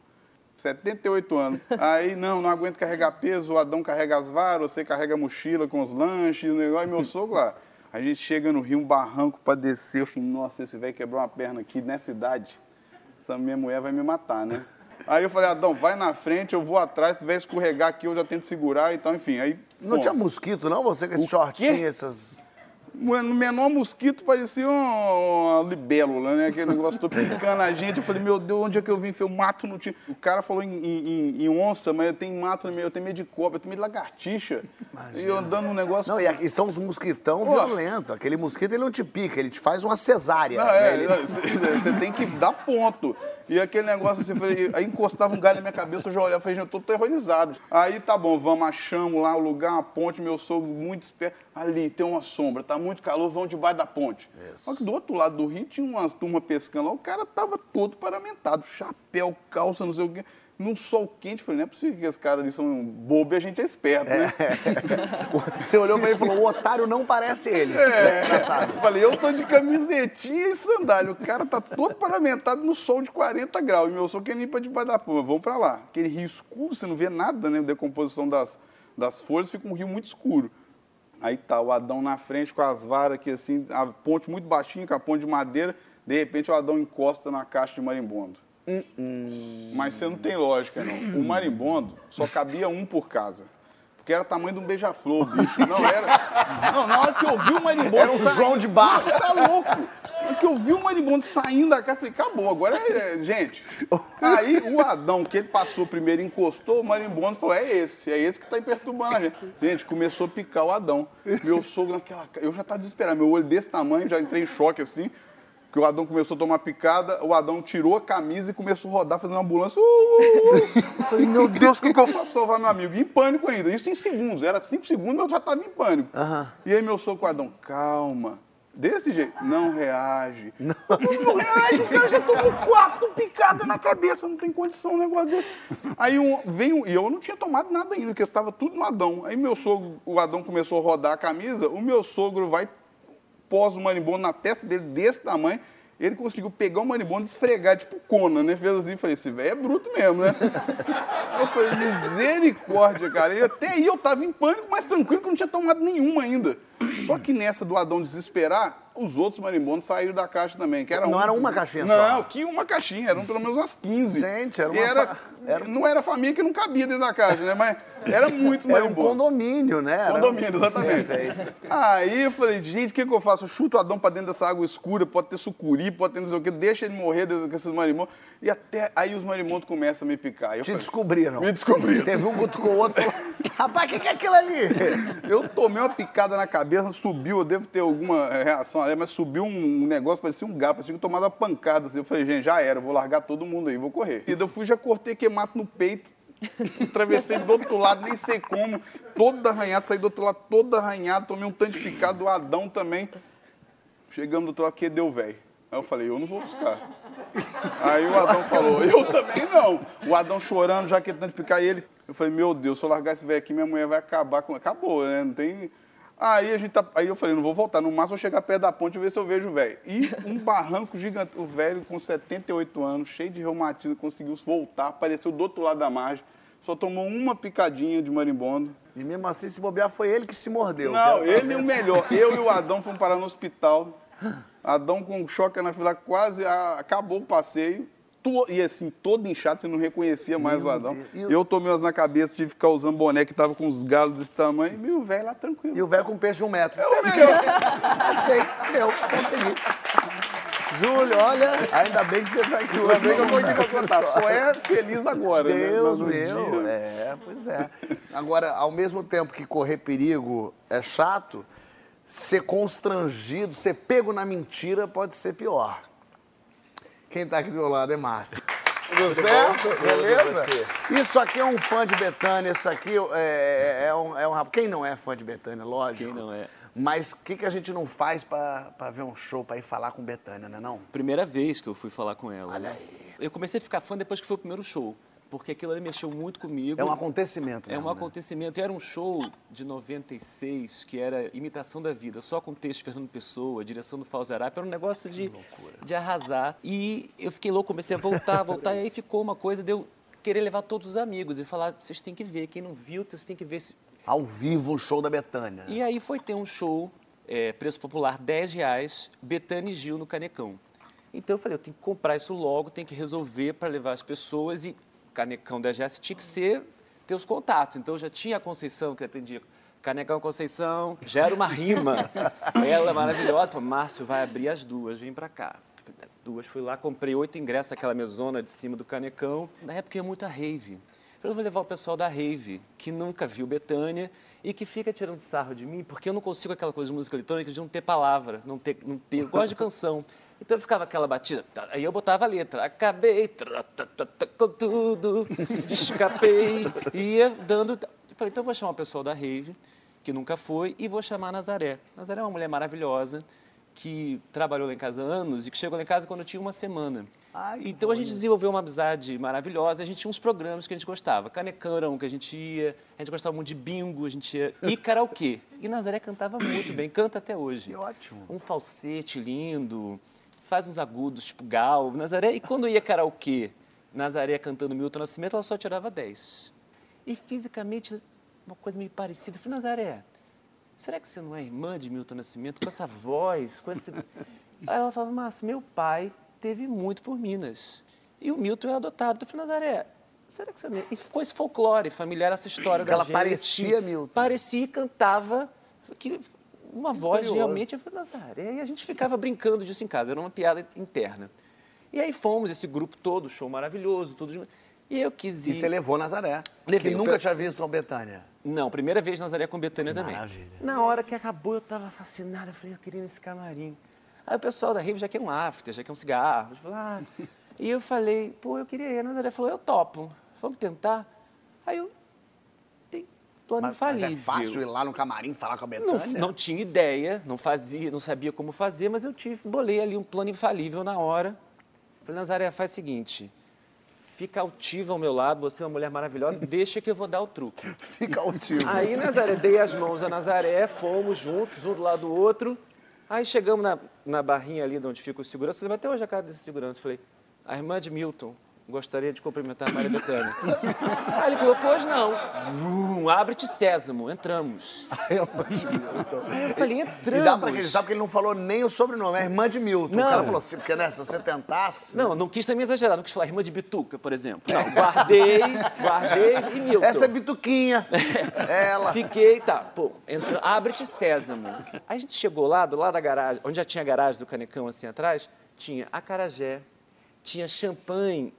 78 anos. Aí, não aguento carregar peso, o Adão carrega as varas, você carrega a mochila com os lanches, o negócio, e meu sogro lá. A gente chega no rio, um barranco para descer, eu falei, nossa, esse velho quebrou uma perna aqui nessa idade, essa minha mulher vai me matar, né? Aí eu falei, Adão, vai na frente, eu vou atrás, se vai escorregar aqui, eu já tento segurar e tal, enfim. Aí, não tinha mosquito, não? Você com esse shortinho, essas... No menor mosquito parecia uma libélula, né? Aquele negócio todo picando a gente. Eu falei, meu Deus, onde é que eu vim? Eu mato não tinha. O cara falou em onça, mas eu tenho mato, eu tenho medo de cobra, eu tenho medo de lagartixa. Imagina. E eu andando num negócio... Não, e são uns mosquitão violentos. Aquele mosquito, ele não te pica, ele te faz uma cesárea. Não, você tem que dar ponto. E aquele negócio assim, aí encostava um galho na minha cabeça, eu já olhava e falei, gente, eu tô terrorizado. Aí tá bom, vamos, achamos lá o lugar, uma ponte, meu sogro muito esperto. Ali tem uma sombra, tá muito calor, vamos debaixo da ponte. Isso. Só que do outro lado do rio tinha uma turma pescando lá, o cara tava todo paramentado, chapéu, calça, não sei o quê. Num sol quente, eu falei, não é possível que esses caras ali são bobos e a gente é esperto, né? Você olhou pra ele e falou, o otário não parece ele. Eu falei, eu tô de camisetinha e sandália, o cara tá todo paramentado no sol de 40 graus, e meu sol quer ir pra debaixo da ponte, vamos pra lá. Aquele rio escuro, você não vê nada, né? A decomposição das folhas, fica um rio muito escuro. Aí tá o Adão na frente com as varas aqui assim, a ponte muito baixinha, com a ponte de madeira, de repente o Adão encosta na caixa de marimbondo. Mas você não tem lógica, não. O marimbondo só cabia um por casa. Porque era o tamanho de um beija-flor, bicho. Não, na hora que eu vi o marimbondo... Era um João de Barro. Tá louco. Na hora que eu vi o marimbondo saindo da casa, eu falei, acabou, agora gente. Aí o Adão, que ele passou primeiro, encostou, o marimbondo falou, é esse que tá perturbando a gente. Gente, começou a picar o Adão. Meu sogro naquela... Eu já tava desesperado, meu olho desse tamanho, já entrei em choque assim. Que o Adão começou a tomar picada, o Adão tirou a camisa e começou a rodar, fazendo uma ambulância. Eu falei, meu Deus, o que eu faço salvar meu amigo? Em pânico ainda, isso em segundos, era 5 segundos, eu já estava em pânico. E aí meu sogro com o Adão, calma, desse jeito, não reage. Não reage, o cara já tomou 4 picadas na cabeça, não tem condição um negócio desse. Aí e eu não tinha tomado nada ainda, porque estava tudo no Adão. Aí o Adão começou a rodar a camisa, o meu sogro vai... pós o marimbondo na testa dele desse tamanho, ele conseguiu pegar o marimbondo e esfregar, tipo Conan, né? Fez assim, falei, esse velho é bruto mesmo, né? Eu falei, misericórdia, cara. E até aí eu tava em pânico, mas tranquilo que eu não tinha tomado nenhuma ainda. Só que nessa do Adão desesperar, os outros marimbondos saíram da caixa também. Que era Não era uma caixinha só? Não, que uma caixinha, eram pelo menos umas 15. Gente, era E uma... Não era família que não cabia dentro da caixa, né? Mas era muitos Era um marimbondos. condomínio, né? Condomínio, exatamente. Perfeito. Aí eu falei, gente, o que eu faço? Eu chuto o Adão pra dentro dessa água escura, pode ter sucuri, pode ter não sei o quê, deixa ele morrer com esses marimbondos. E até aí os marimbondos começam a me picar. Eu Te falei, descobriram. Me descobriram. Teve um cutucou o outro e falou, rapaz, o que é aquilo ali? Eu tomei uma picada na cabeça, subiu, eu devo ter alguma reação ali, mas subiu um negócio, parecia um gato, parecia que eu tomava pancada. Assim. Eu falei, gente, já era, eu vou largar todo mundo aí, vou correr. E eu fui, já cortei queimato no peito, atravessei do outro lado, nem sei como, todo arranhado, saí do outro lado todo arranhado, tomei um tanto de picada do Adão também. Chegamos do outro lado, que deu, velho. Aí eu falei, eu não vou buscar. Aí o Adão falou, eu também não. O Adão chorando, já querendo picar, e ele... Eu falei, meu Deus, se eu largar esse velho aqui, minha mulher vai acabar com... Acabou, né? Não tem... Aí eu falei, não vou voltar. No máximo eu chegar perto da ponte e ver se eu vejo o velho. E um barranco gigante. O velho com 78 anos, cheio de reumatismo, conseguiu voltar, apareceu do outro lado da margem. Só tomou uma picadinha de marimbondo. E mesmo assim, se bobear, foi ele que se mordeu. Não, ele e o melhor. Eu e o Adão fomos parar no hospital. Adão com choque anafilático, quase acabou o passeio. E assim, todo inchado, você não reconhecia mais o Adão. Eu tomei umas na cabeça, tive que ficar usando boné que tava com os galos desse tamanho. E o velho lá tranquilo. E o velho com peixe de 1 metro. É o melhor. Deu, consegui. Júlio, olha, ainda bem que você tá aqui hoje. Ainda bem que eu tô aqui pra Essa contar. história. Só é feliz agora, Deus né? Mas meu, dia- pois é. Agora, ao mesmo tempo que correr perigo é chato, ser constrangido, ser pego na mentira pode ser pior. Quem tá aqui do meu lado é Márcio. Tudo certo? Beleza? Isso aqui é um fã de Bethânia, isso aqui é um rapaz. Quem não é fã de Bethânia, lógico. Quem não é? Mas o que a gente não faz pra ver um show, pra ir falar com Bethânia, né não? Primeira vez que eu fui falar com ela. Olha né? aí. Eu comecei a ficar fã depois que foi o primeiro show, porque aquilo ali mexeu muito comigo. É um acontecimento É um mesmo, né? acontecimento. Era um show de 96, que era Imitação da Vida, só com texto de Fernando Pessoa, direção do Fausto Arap, era um negócio de arrasar. E eu fiquei louco, comecei a voltar, e aí ficou uma coisa de eu querer levar todos os amigos e falar, vocês têm que ver, quem não viu, vocês têm que ver. Ao vivo, o show da Bethânia. E aí foi ter um show, preço popular, R$10, Bethânia e Gil no Canecão. Então eu falei, eu tenho que comprar isso logo, tenho que resolver para levar as pessoas e Canecão R$10 tinha que ter os contatos. Então eu já tinha a Conceição que atendia. Canecão Conceição, gera uma rima. Ela é maravilhosa, falou, Márcio vai abrir as duas, vem para cá. Duas, fui lá, comprei 8 ingressos, aquela mesona de cima do Canecão. Na época ia muito a rave. Falei, eu vou levar o pessoal da rave, que nunca viu Bethânia e que fica tirando sarro de mim, porque eu não consigo aquela coisa de música eletrônica de não ter palavra, não ter, eu gosto de canção. Então ficava aquela batida, aí eu botava a letra, acabei, com tudo, escapei, ia dando... Eu falei, então eu vou chamar o pessoal da rave, que nunca foi, e vou chamar a Nazaré. Nazaré é uma mulher maravilhosa, que trabalhou lá em casa há anos e que chegou lá em casa quando eu tinha 1 semana. Então a gente desenvolveu uma amizade maravilhosa, a gente tinha uns programas que a gente gostava. Canecão era um que a gente gostava muito de bingo, a gente ia... E karaokê. E Nazaré cantava muito bem, canta até hoje. Que ótimo. Um falsete lindo, faz uns agudos, tipo Gal, Nazaré. E quando ia karaokê, Nazaré cantando Milton Nascimento, ela só tirava 10. E fisicamente, uma coisa meio parecida. Eu falei, Nazaré, será que você não é irmã de Milton Nascimento? Com essa voz, com esse... Aí ela falava, Márcio, meu pai teve muito por Minas. E o Milton é adotado. Eu falei, Nazaré, será que você não é? E ficou esse folclore familiar, essa história da Ela gente. parecia Milton. Parecia e cantava... Uma voz curioso. realmente, eu falei, Nazaré, e a gente ficava brincando disso em casa, era uma piada interna. E aí fomos, esse grupo todo, show maravilhoso, tudo. E eu quis ir... E você levou Nazaré, Levei, que nunca tinha visto uma Bethânia. Não, primeira vez Nazaré com Bethânia também. Maravilha. Na hora que acabou, eu estava fascinada, eu falei, eu queria ir nesse camarim. Aí o pessoal da Rave já quer um after, já quer um cigarro. E eu falei, pô, eu queria ir. A Nazaré falou, eu topo, vamos tentar. Aí eu... Plano Mas infalível. é fácil ir lá no camarim falar com a Bethânia? Não tinha ideia, não sabia como fazer, mas eu bolei ali um plano infalível na hora. Falei, Nazaré, faz o seguinte, fica altiva ao meu lado, você é uma mulher maravilhosa, deixa que eu vou dar o truque. Fica altivo. Aí, Nazaré, dei as mãos a Nazaré, fomos juntos, um do lado do outro. Aí chegamos na barrinha ali de onde fica o segurança, levei até hoje a cara desse segurança. Falei, a irmã de Milton, gostaria de cumprimentar a Maria Bethânia. Aí ele falou, pois não. Abre-te sésamo, entramos. Aí eu falei, entramos. E dá pra acreditar porque ele não falou nem o sobrenome, é a irmã de Milton. Não. O cara falou assim, porque né, se você tentasse... Não quis também exagerar, não quis falar irmã de Bituca, por exemplo. Não, guardei e Milton. Essa é Bituquinha. Ela. Fiquei, tá, pô, abre-te sésamo. Aí a gente chegou lá, do lado da garagem, onde já tinha a garagem do Canecão assim atrás, tinha acarajé, tinha champanhe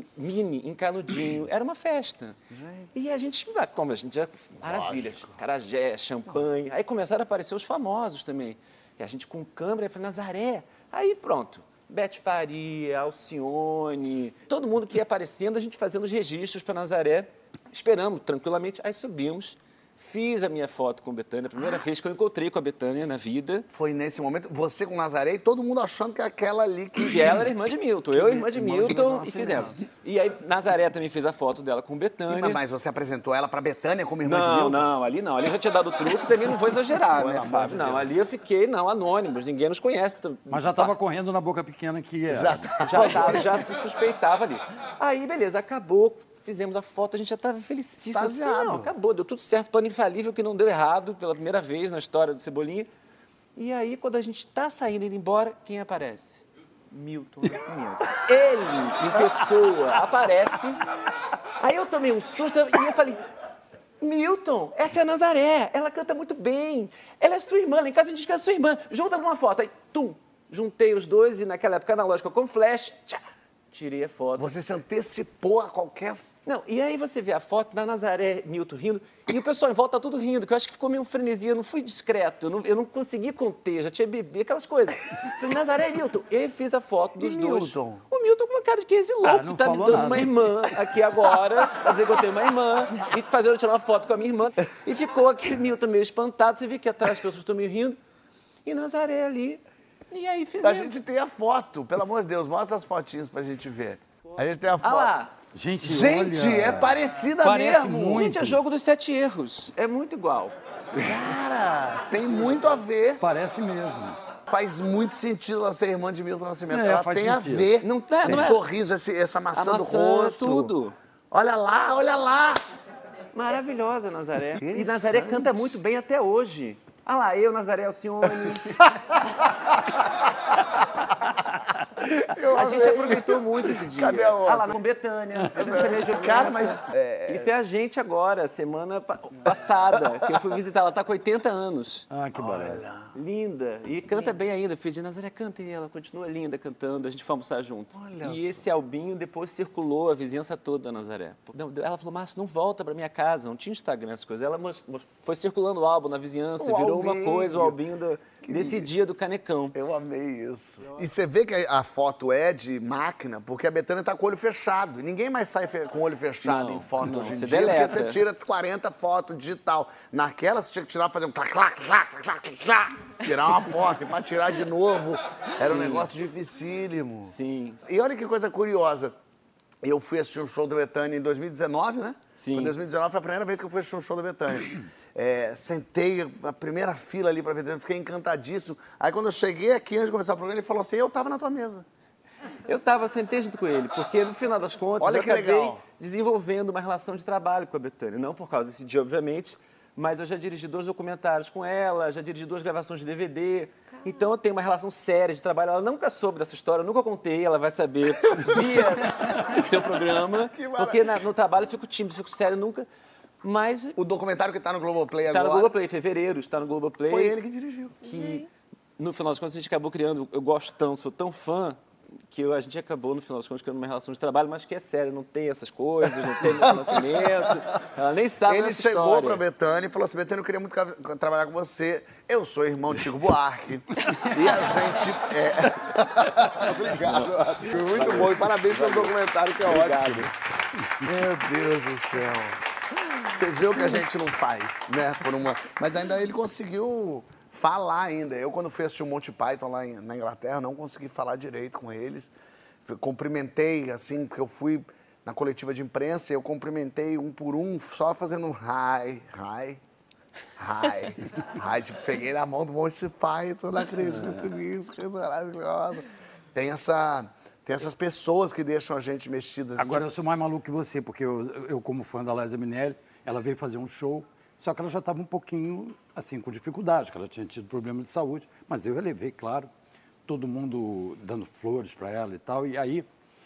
em canudinho, era uma festa. E a gente, como a gente já, maravilha, acarajé, champanhe. Aí começaram a aparecer os famosos também. E a gente com câmera, eu falei, Nazaré. Aí pronto, Beth Faria, Alcione, todo mundo que ia aparecendo, a gente fazendo os registros para Nazaré. Esperamos tranquilamente, aí subimos. Fiz a minha foto com a Bethânia, a primeira vez que eu encontrei com a Bethânia na vida. Foi nesse momento, você com Nazaré e todo mundo achando que é aquela ali que... Que ela era irmã de Milton, eu irmã de Milton, e fizemos. E aí Nazaré também fez a foto dela com Bethânia. Mas você apresentou ela pra Bethânia como irmã de Milton? Não, ali não. Ali já tinha dado o truque, também não vou exagerar, né, Fábio? Não, ali eu fiquei, anônimos, ninguém nos conhece. Mas já estava correndo na boca pequena que era. Já se suspeitava ali. Aí, beleza, acabou. Fizemos a foto, a gente já estava felicíssimo. Assim, não, acabou, deu tudo certo, plano infalível que não deu errado pela primeira vez na história do Cebolinha. E aí, quando a gente está saindo, indo embora, quem aparece? Milton Nascimento. Ele, em pessoa, aparece. Aí eu tomei um susto e eu falei, Milton, essa é a Nazaré, ela canta muito bem. Ela é sua irmã, lá em casa a gente diz que é sua irmã. Junta numa foto. Aí, juntei os dois e naquela época analógica com flash, tirei a foto. Você se antecipou a qualquer... Não, e aí você vê a foto da Nazaré, Milton rindo, e o pessoal em volta tá tudo rindo, que eu acho que ficou meio frenesia, eu não fui discreto, eu não consegui conter, já tinha bebê, aquelas coisas. Falei, Nazaré e Milton. E aí fiz a foto dos dois. Milton? O Milton com uma cara de case louco, que tá me dando uma irmã aqui agora, pra dizer que eu tenho uma irmã, e fazendo eu tirar uma foto com a minha irmã. E ficou aquele Milton meio espantado, você vê que atrás as pessoas estão meio rindo, e Nazaré ali, e aí fizemos. A gente tem a foto, pelo amor de Deus, mostra as fotinhas pra gente ver. A gente tem a foto. Ah lá. Gente, olha, é parecida parece mesmo. muito. Gente, é jogo dos 7 erros. É muito igual. Cara, tem muito a ver. Parece mesmo. Faz muito sentido ela ser irmã de Milton Nascimento. É, ela faz tem sentido. a ver. Não tá, o não é? sorriso, essa maçã do rosto. tudo. Olha lá, olha lá. Maravilhosa, Nazaré. E Nazaré canta muito bem até hoje. Ah lá, eu, Nazaré Alcione. A gente aproveitou muito esse dia. Cadê a outra? Ah lá, com Bethânia. Cara, mas... Isso é a gente agora, semana passada, que eu fui visitar. Ela tá com 80 anos. Ah, que barato. Linda. E canta bem ainda. Fiz de Nazaré, canta e ela continua linda cantando. A gente foi almoçar junto. E esse albinho depois circulou a vizinhança toda da Nazaré. Ela falou, Márcio, não volta pra minha casa. Não tinha Instagram, essas coisas. Ela foi circulando o álbum na vizinhança, virou uma coisa, o albinho desse dia do Canecão. Eu amei isso. E você vê que a foto é de máquina, porque a Bethânia tá com o olho fechado. E ninguém mais sai com o olho fechado em foto hoje em você dia, deleta. porque você tira 40 fotos digital. Naquela você tinha que tirar, fazer um clac, clac, clac, clac, clac, tirar uma foto. E pra tirar de novo, era um negócio dificílimo. Sim. E olha que coisa curiosa. Eu fui assistir um show da Bethânia em 2019, né? Sim. Em 2019 foi a primeira vez que eu fui assistir um show da Bethânia. Sentei na primeira fila ali pra Bethânia, fiquei encantadíssimo. Aí quando eu cheguei aqui, antes de começar o programa, ele falou assim, eu tava na tua mesa. Sentei junto com ele, porque no final das contas Olha eu que acabei legal. desenvolvendo uma relação de trabalho com a Bethânia. Não por causa desse dia, obviamente, mas eu já dirigi 2 documentários com ela, já dirigi 2 gravações de DVD. Então eu tenho uma relação séria de trabalho. Ela nunca soube dessa história, eu nunca contei, ela vai saber via seu programa. Porque no trabalho eu fico tímido, fico sério, nunca. Mas O documentário que tá no Globoplay está agora... no Globoplay, em fevereiro, está no Globoplay. Foi ele que dirigiu. Que, no final das contas, a gente acabou criando... Eu gosto tanto, sou tão fã, que a gente acabou, no final das contas, criando uma relação de trabalho, mas que é sério, não tem essas coisas, não tem conhecimento. Ela nem sabe Ele dessa chegou história. pra Bethânia e falou assim, Bethânia, eu queria muito trabalhar com você. Eu sou irmão de Chico Buarque. E a gente... Obrigado. Foi muito bom. E parabéns pelo documentário, que é ótimo. Meu Deus do céu. Você vê o que a gente não faz, né? Mas ainda ele conseguiu falar ainda. Eu, quando fui assistir o Monty Python lá na Inglaterra, não consegui falar direito com eles. Cumprimentei, assim, porque eu fui na coletiva de imprensa, eu cumprimentei um por um, só fazendo hi. Tipo, peguei na mão do Monty Python, não acredito nisso, coisa maravilhosa. Tem Tem essas pessoas que deixam a gente mexidas. Agora, eu sou mais maluco que você, porque eu como fã da Liza Minnelli, ela veio fazer um show, só que ela já estava um pouquinho, assim, com dificuldade, que ela tinha tido problema de saúde, mas eu relevei, claro, todo mundo dando flores para ela e tal, e aí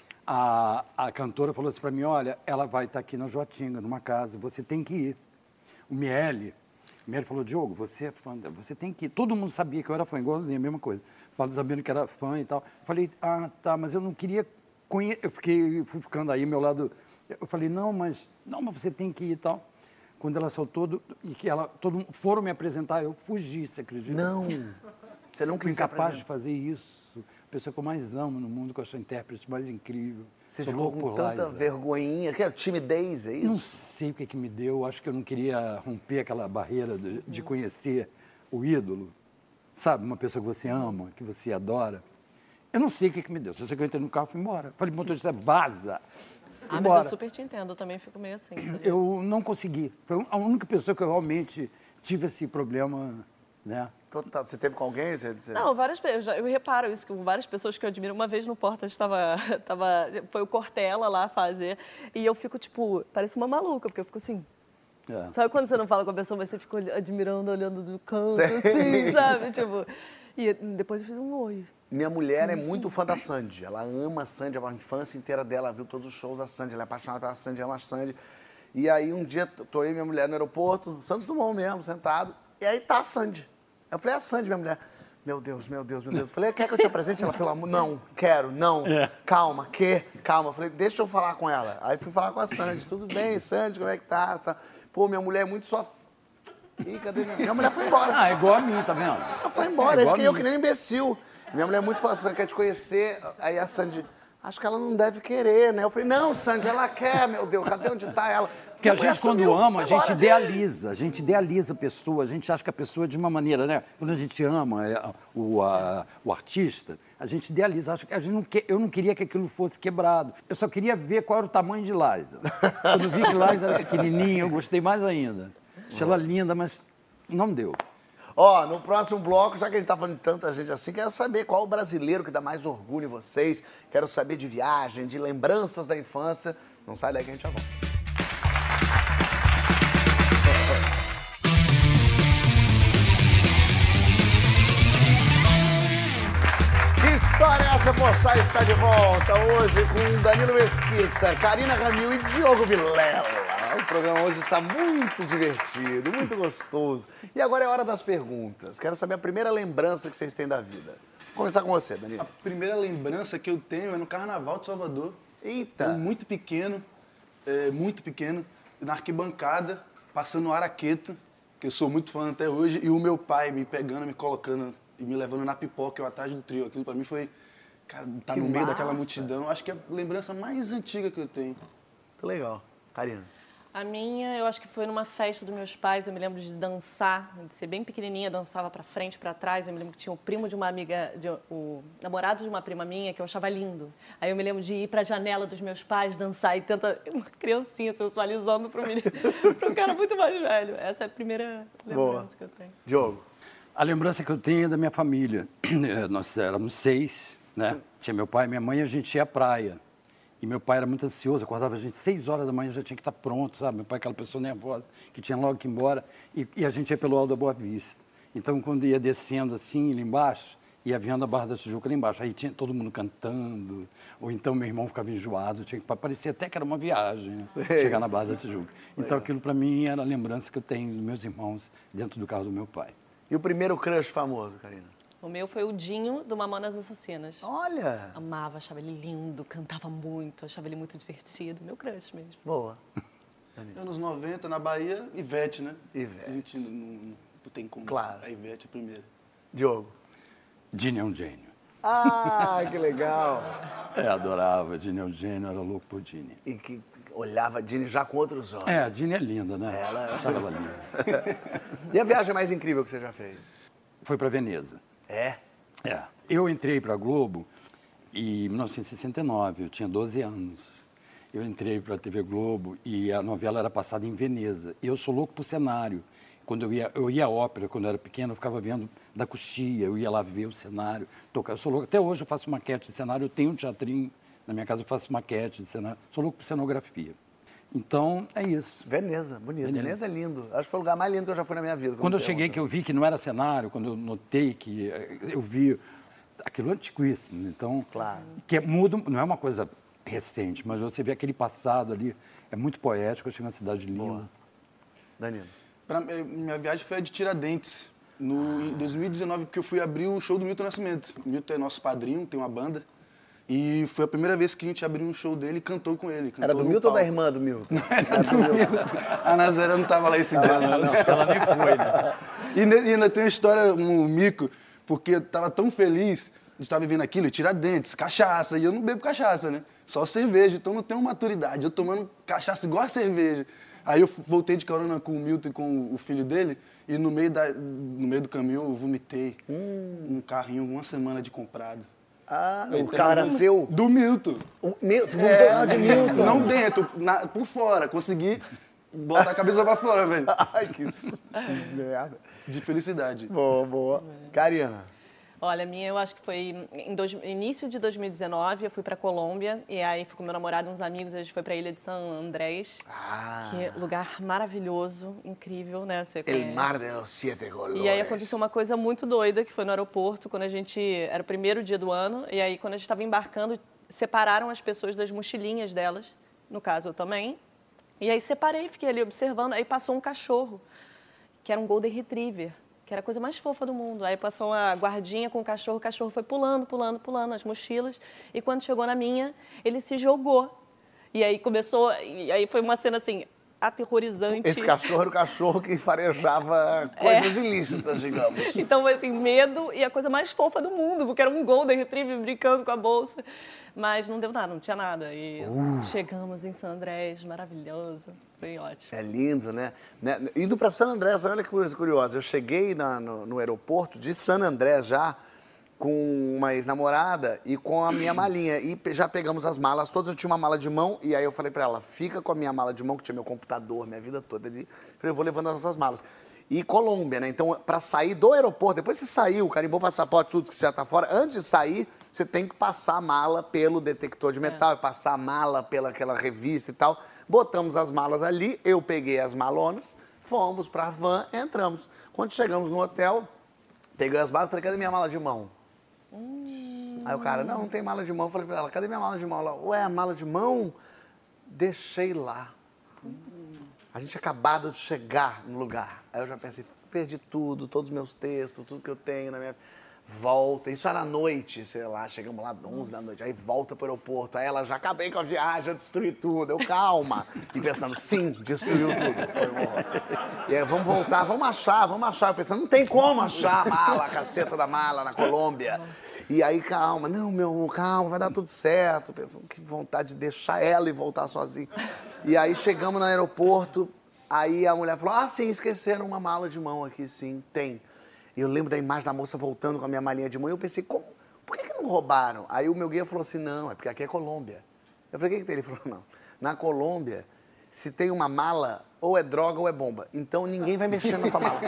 a cantora falou assim para mim, olha, ela vai estar aqui na Joatinga, numa casa, você tem que ir. O Miele falou, Diogo, você é fã, você tem que ir. Todo mundo sabia que eu era fã, igualzinho, a mesma coisa. Falando, sabendo que era fã e tal. Falei, tá, mas eu não queria conhecer. Fui ficando aí, meu lado. Eu falei, não, mas você tem que ir e tal. Quando ela soltou, foram me apresentar, eu fugi, você acredita? Não, você não Fui quis se incapaz de apresentar. fazer isso. A pessoa que eu mais amo no mundo, que eu acho a intérprete mais incrível. Você Sou ficou louco com por tanta Liza. vergonhinha, que é timidez, é isso? Não sei o que me deu, acho que eu não queria romper aquela barreira de conhecer o ídolo, sabe? Uma pessoa que você ama, que você adora. Eu não sei o que me deu, só sei que eu entrei no carro e fui embora. Falei, motorista, vaza. Fui Mas embora. eu super te entendo, eu também fico meio assim. Sabia? Eu não consegui. Foi a única pessoa que eu realmente tive esse problema, né? Total. Você teve com alguém? Não, várias vezes. Eu reparo isso, que várias pessoas que eu admiro. Uma vez no Porta foi o Cortella lá fazer, e eu fico, tipo, parece uma maluca, porque eu fico assim... É. Sabe quando você não fala com a pessoa, mas você fica admirando, olhando do canto, Sei. assim, sabe? Tipo, e depois eu fiz um oi. Minha mulher é muito fã da Sandy. Ela ama a Sandy, a infância inteira dela, viu todos os shows da Sandy. Ela é apaixonada pela Sandy, ama a Sandy. E aí um dia, tô eu e minha mulher no aeroporto, Santos Dumont mesmo, sentado, e aí tá a Sandy. Eu falei, é a Sandy, minha mulher. Meu Deus, meu Deus, meu Deus. Eu falei, quer que eu te apresente? Ela, pelo amor, não, quero, não. Calma, calma. Eu falei, deixa eu falar com ela. Aí fui falar com a Sandy. Tudo bem, Sandy, como é que tá? Pô, minha mulher é muito só... Ih, cadê minha mulher? Foi embora. É igual a mim, tá vendo? Ela foi embora, aí igual fiquei a eu mim. que nem um imbecil. Minha mulher é muito fácil, quer te conhecer. Aí a Sandy, acho que ela não deve querer, né? Eu falei, não, Sandy, ela quer, meu Deus, cadê onde tá ela? Porque a Minha mulher gente, quando sumiu, ama, a foi gente embora. idealiza a pessoa, a gente acha que a pessoa é de uma maneira, né? Quando a gente ama o artista, a gente idealiza. Acho que a gente eu não queria que aquilo fosse quebrado. Eu só queria ver qual era o tamanho de Liza. Quando eu vi que Liza era pequenininha, eu gostei mais ainda. Achei ela linda, mas não deu. Ó, no próximo bloco, já que a gente tá falando de tanta gente assim, quero saber qual o brasileiro que dá mais orgulho em vocês. Quero saber de viagem, de lembranças da infância. Não sai daí que a gente já volta. Que história é essa, Pochá está de volta hoje com Danilo Mesquita, Karina Ramil e Diogo Vilela. O programa hoje está muito divertido, muito gostoso. E agora é hora das perguntas. Quero saber a primeira lembrança que vocês têm da vida. Vou começar com você, Danilo. A primeira lembrança que eu tenho é no Carnaval de Salvador. Eita! Eu muito pequeno, na arquibancada, passando o Araqueta, que eu sou muito fã até hoje, e o meu pai me pegando, me colocando e me levando na pipoca, eu atrás do trio. Aquilo pra mim foi, cara, tá Que no meio daquela massa. multidão. Acho que é a lembrança mais antiga que eu tenho. Muito legal. Karina. A minha, eu acho que foi numa festa dos meus pais, eu me lembro de dançar, de ser bem pequenininha, dançava pra frente, pra trás. Eu me lembro que tinha o primo de uma amiga, o namorado de uma prima minha, que eu achava lindo. Aí eu me lembro de ir pra janela dos meus pais, dançar e tentar, uma criancinha sensualizando pro cara muito mais velho. Essa é a primeira lembrança que eu tenho. Diogo. A lembrança que eu tenho é da minha família. Nós éramos 6, né? Tinha meu pai e minha mãe, e a gente ia à praia. E meu pai era muito ansioso, acordava a gente 6 horas da manhã, já tinha que estar pronto, sabe? Meu pai é aquela pessoa nervosa, que tinha logo que ir embora. E a gente ia pelo Alto da Boa Vista. Então, quando ia descendo assim, lá embaixo, ia vendo a Barra da Tijuca lá embaixo. Aí tinha todo mundo cantando, ou então meu irmão ficava enjoado, parecia até que era uma viagem, né? Chegar na Barra da Tijuca. Então, aquilo para mim era a lembrança que eu tenho dos meus irmãos dentro do carro do meu pai. E o primeiro crush famoso, Karina? O meu foi o Dinho, do Mamonas Assassinas. Olha! Amava, achava ele lindo, cantava muito, achava ele muito divertido. Meu crush mesmo. Boa. Anos 90, na Bahia, Ivete, né? Ivete. A gente não tem como. Claro. A Ivete é a primeira. Diogo. Dini é um gênio. Ah, que legal! Adorava, Dini é um gênio, era louco por Dini. E que olhava a Dini já com outros olhos. A Dini é linda, né? Ela- Achava ela linda. E a viagem mais incrível que você já fez? Foi para Veneza. É? Eu entrei para a Globo em 1969, eu tinha 12 anos. eu entrei para a TV Globo e a novela era passada em Veneza. E eu sou louco por cenário. Quando eu ia à ópera, quando eu era pequeno, eu ficava vendo da coxia, eu ia lá ver o cenário, tocar. Eu sou louco. Até hoje eu faço maquete de cenário, eu tenho um teatrinho, na minha casa eu faço maquete de cenário. Sou louco por cenografia. Então, é isso. Veneza, bonito. Veneza é lindo. Acho que foi o lugar mais lindo que eu já fui na minha vida. Quando eu cheguei, que eu vi que não era cenário, quando eu notei que eu vi aquilo antiquíssimo. Então, claro. Que muda, não é uma coisa recente, mas você vê aquele passado ali, é muito poético, eu achei uma cidade linda. Boa. Danilo. Minha viagem foi a de Tiradentes, em 2019, porque eu fui abrir o show do Milton Nascimento. O Milton é nosso padrinho, tem uma banda. E foi a primeira vez que a gente abriu um show dele e cantou com ele. Era do Milton ou da irmã do Milton? Não era do Milton. A Nazaré não estava lá esse dia, não. Ela nem foi, né? E ainda tem uma história, um mico, porque eu estava tão feliz de estar vivendo aquilo, Tiradentes, cachaça, e eu não bebo cachaça, né? Só cerveja, então não tenho maturidade. Eu tomando cachaça igual a cerveja. Aí eu voltei de carona com o Milton e com o filho dele, e no meio do caminho eu vomitei um carrinho, uma semana de comprado. Ah, o cara seu? Do Milton. Você vomitou de Milton? Não dentro, por fora. Consegui botar a cabeça pra fora, velho. Ai, que merda. De felicidade. Boa, boa. Karina. Olha, a minha eu acho que foi início de 2019, eu fui para Colômbia e aí fui com meu namorado e uns amigos, a gente foi para a ilha de San Andrés, que é lugar maravilhoso, incrível, né? Você conhece. El Mar de los Siete Colores. E aí aconteceu uma coisa muito doida, que foi no aeroporto, quando a gente, era o primeiro dia do ano, e aí quando a gente estava embarcando, separaram as pessoas das mochilinhas delas, no caso eu também, e aí separei, fiquei ali observando, aí passou um cachorro, que era um Golden Retriever, que era a coisa mais fofa do mundo. Aí passou uma guardinha com o cachorro foi pulando, pulando, pulando as mochilas. E quando chegou na minha, ele se jogou. E aí começou, e aí foi uma cena assim, aterrorizante. Esse cachorro era o cachorro que farejava coisas ilícitas, digamos. Então foi assim, medo e a coisa mais fofa do mundo, porque era um Golden Retriever brincando com a bolsa. Mas não deu nada, não tinha nada. E chegamos em San Andrés, maravilhoso, foi ótimo. É lindo, né? Indo para San Andrés, olha que coisa curiosa. Eu cheguei no aeroporto de San Andrés já com uma ex-namorada e com a minha malinha. E já pegamos as malas todas. Eu tinha uma mala de mão e aí eu falei para ela, fica com a minha mala de mão, que tinha meu computador, minha vida toda ali. Falei, eu vou levando as nossas malas. E Colômbia, né? Então, para sair do aeroporto, depois você saiu, carimbou o passaporte, tudo que você já tá fora, antes de sair, você tem que passar a mala pelo detector de metal, passar a mala pela aquela revista e tal. Botamos as malas ali, eu peguei as malonas, fomos pra van, entramos. Quando chegamos no hotel, peguei as malas, falei, cadê minha mala de mão? Aí o cara, não tem mala de mão. Eu falei pra ela, cadê minha mala de mão? Ela, ué, a mala de mão? Deixei lá. A gente tinha acabado de chegar no lugar. Aí eu já pensei, perdi tudo, todos os meus textos, tudo que eu tenho na minha... Volta, isso era à noite, sei lá, chegamos lá 11 da noite, aí volta pro aeroporto, aí ela, já acabei com a viagem, já destruí tudo, eu, calma. E pensando, sim, destruiu tudo. Foi bom. E aí, vamos voltar, vamos achar. Eu pensando, não tem como achar a mala, a caceta da mala na Colômbia. E aí, calma, calma, vai dar tudo certo. Pensando, que vontade de deixar ela e voltar sozinha. E aí chegamos no aeroporto, aí a mulher falou, sim, esqueceram uma mala de mão aqui, sim, tem. E eu lembro da imagem da moça voltando com a minha malinha de mão e eu pensei, por que não roubaram? Aí o meu guia falou assim, não, é porque aqui é Colômbia. Eu falei, o que tem? Ele falou, não, na Colômbia, se tem uma mala, ou é droga ou é bomba. Então ninguém vai mexer na sua mala.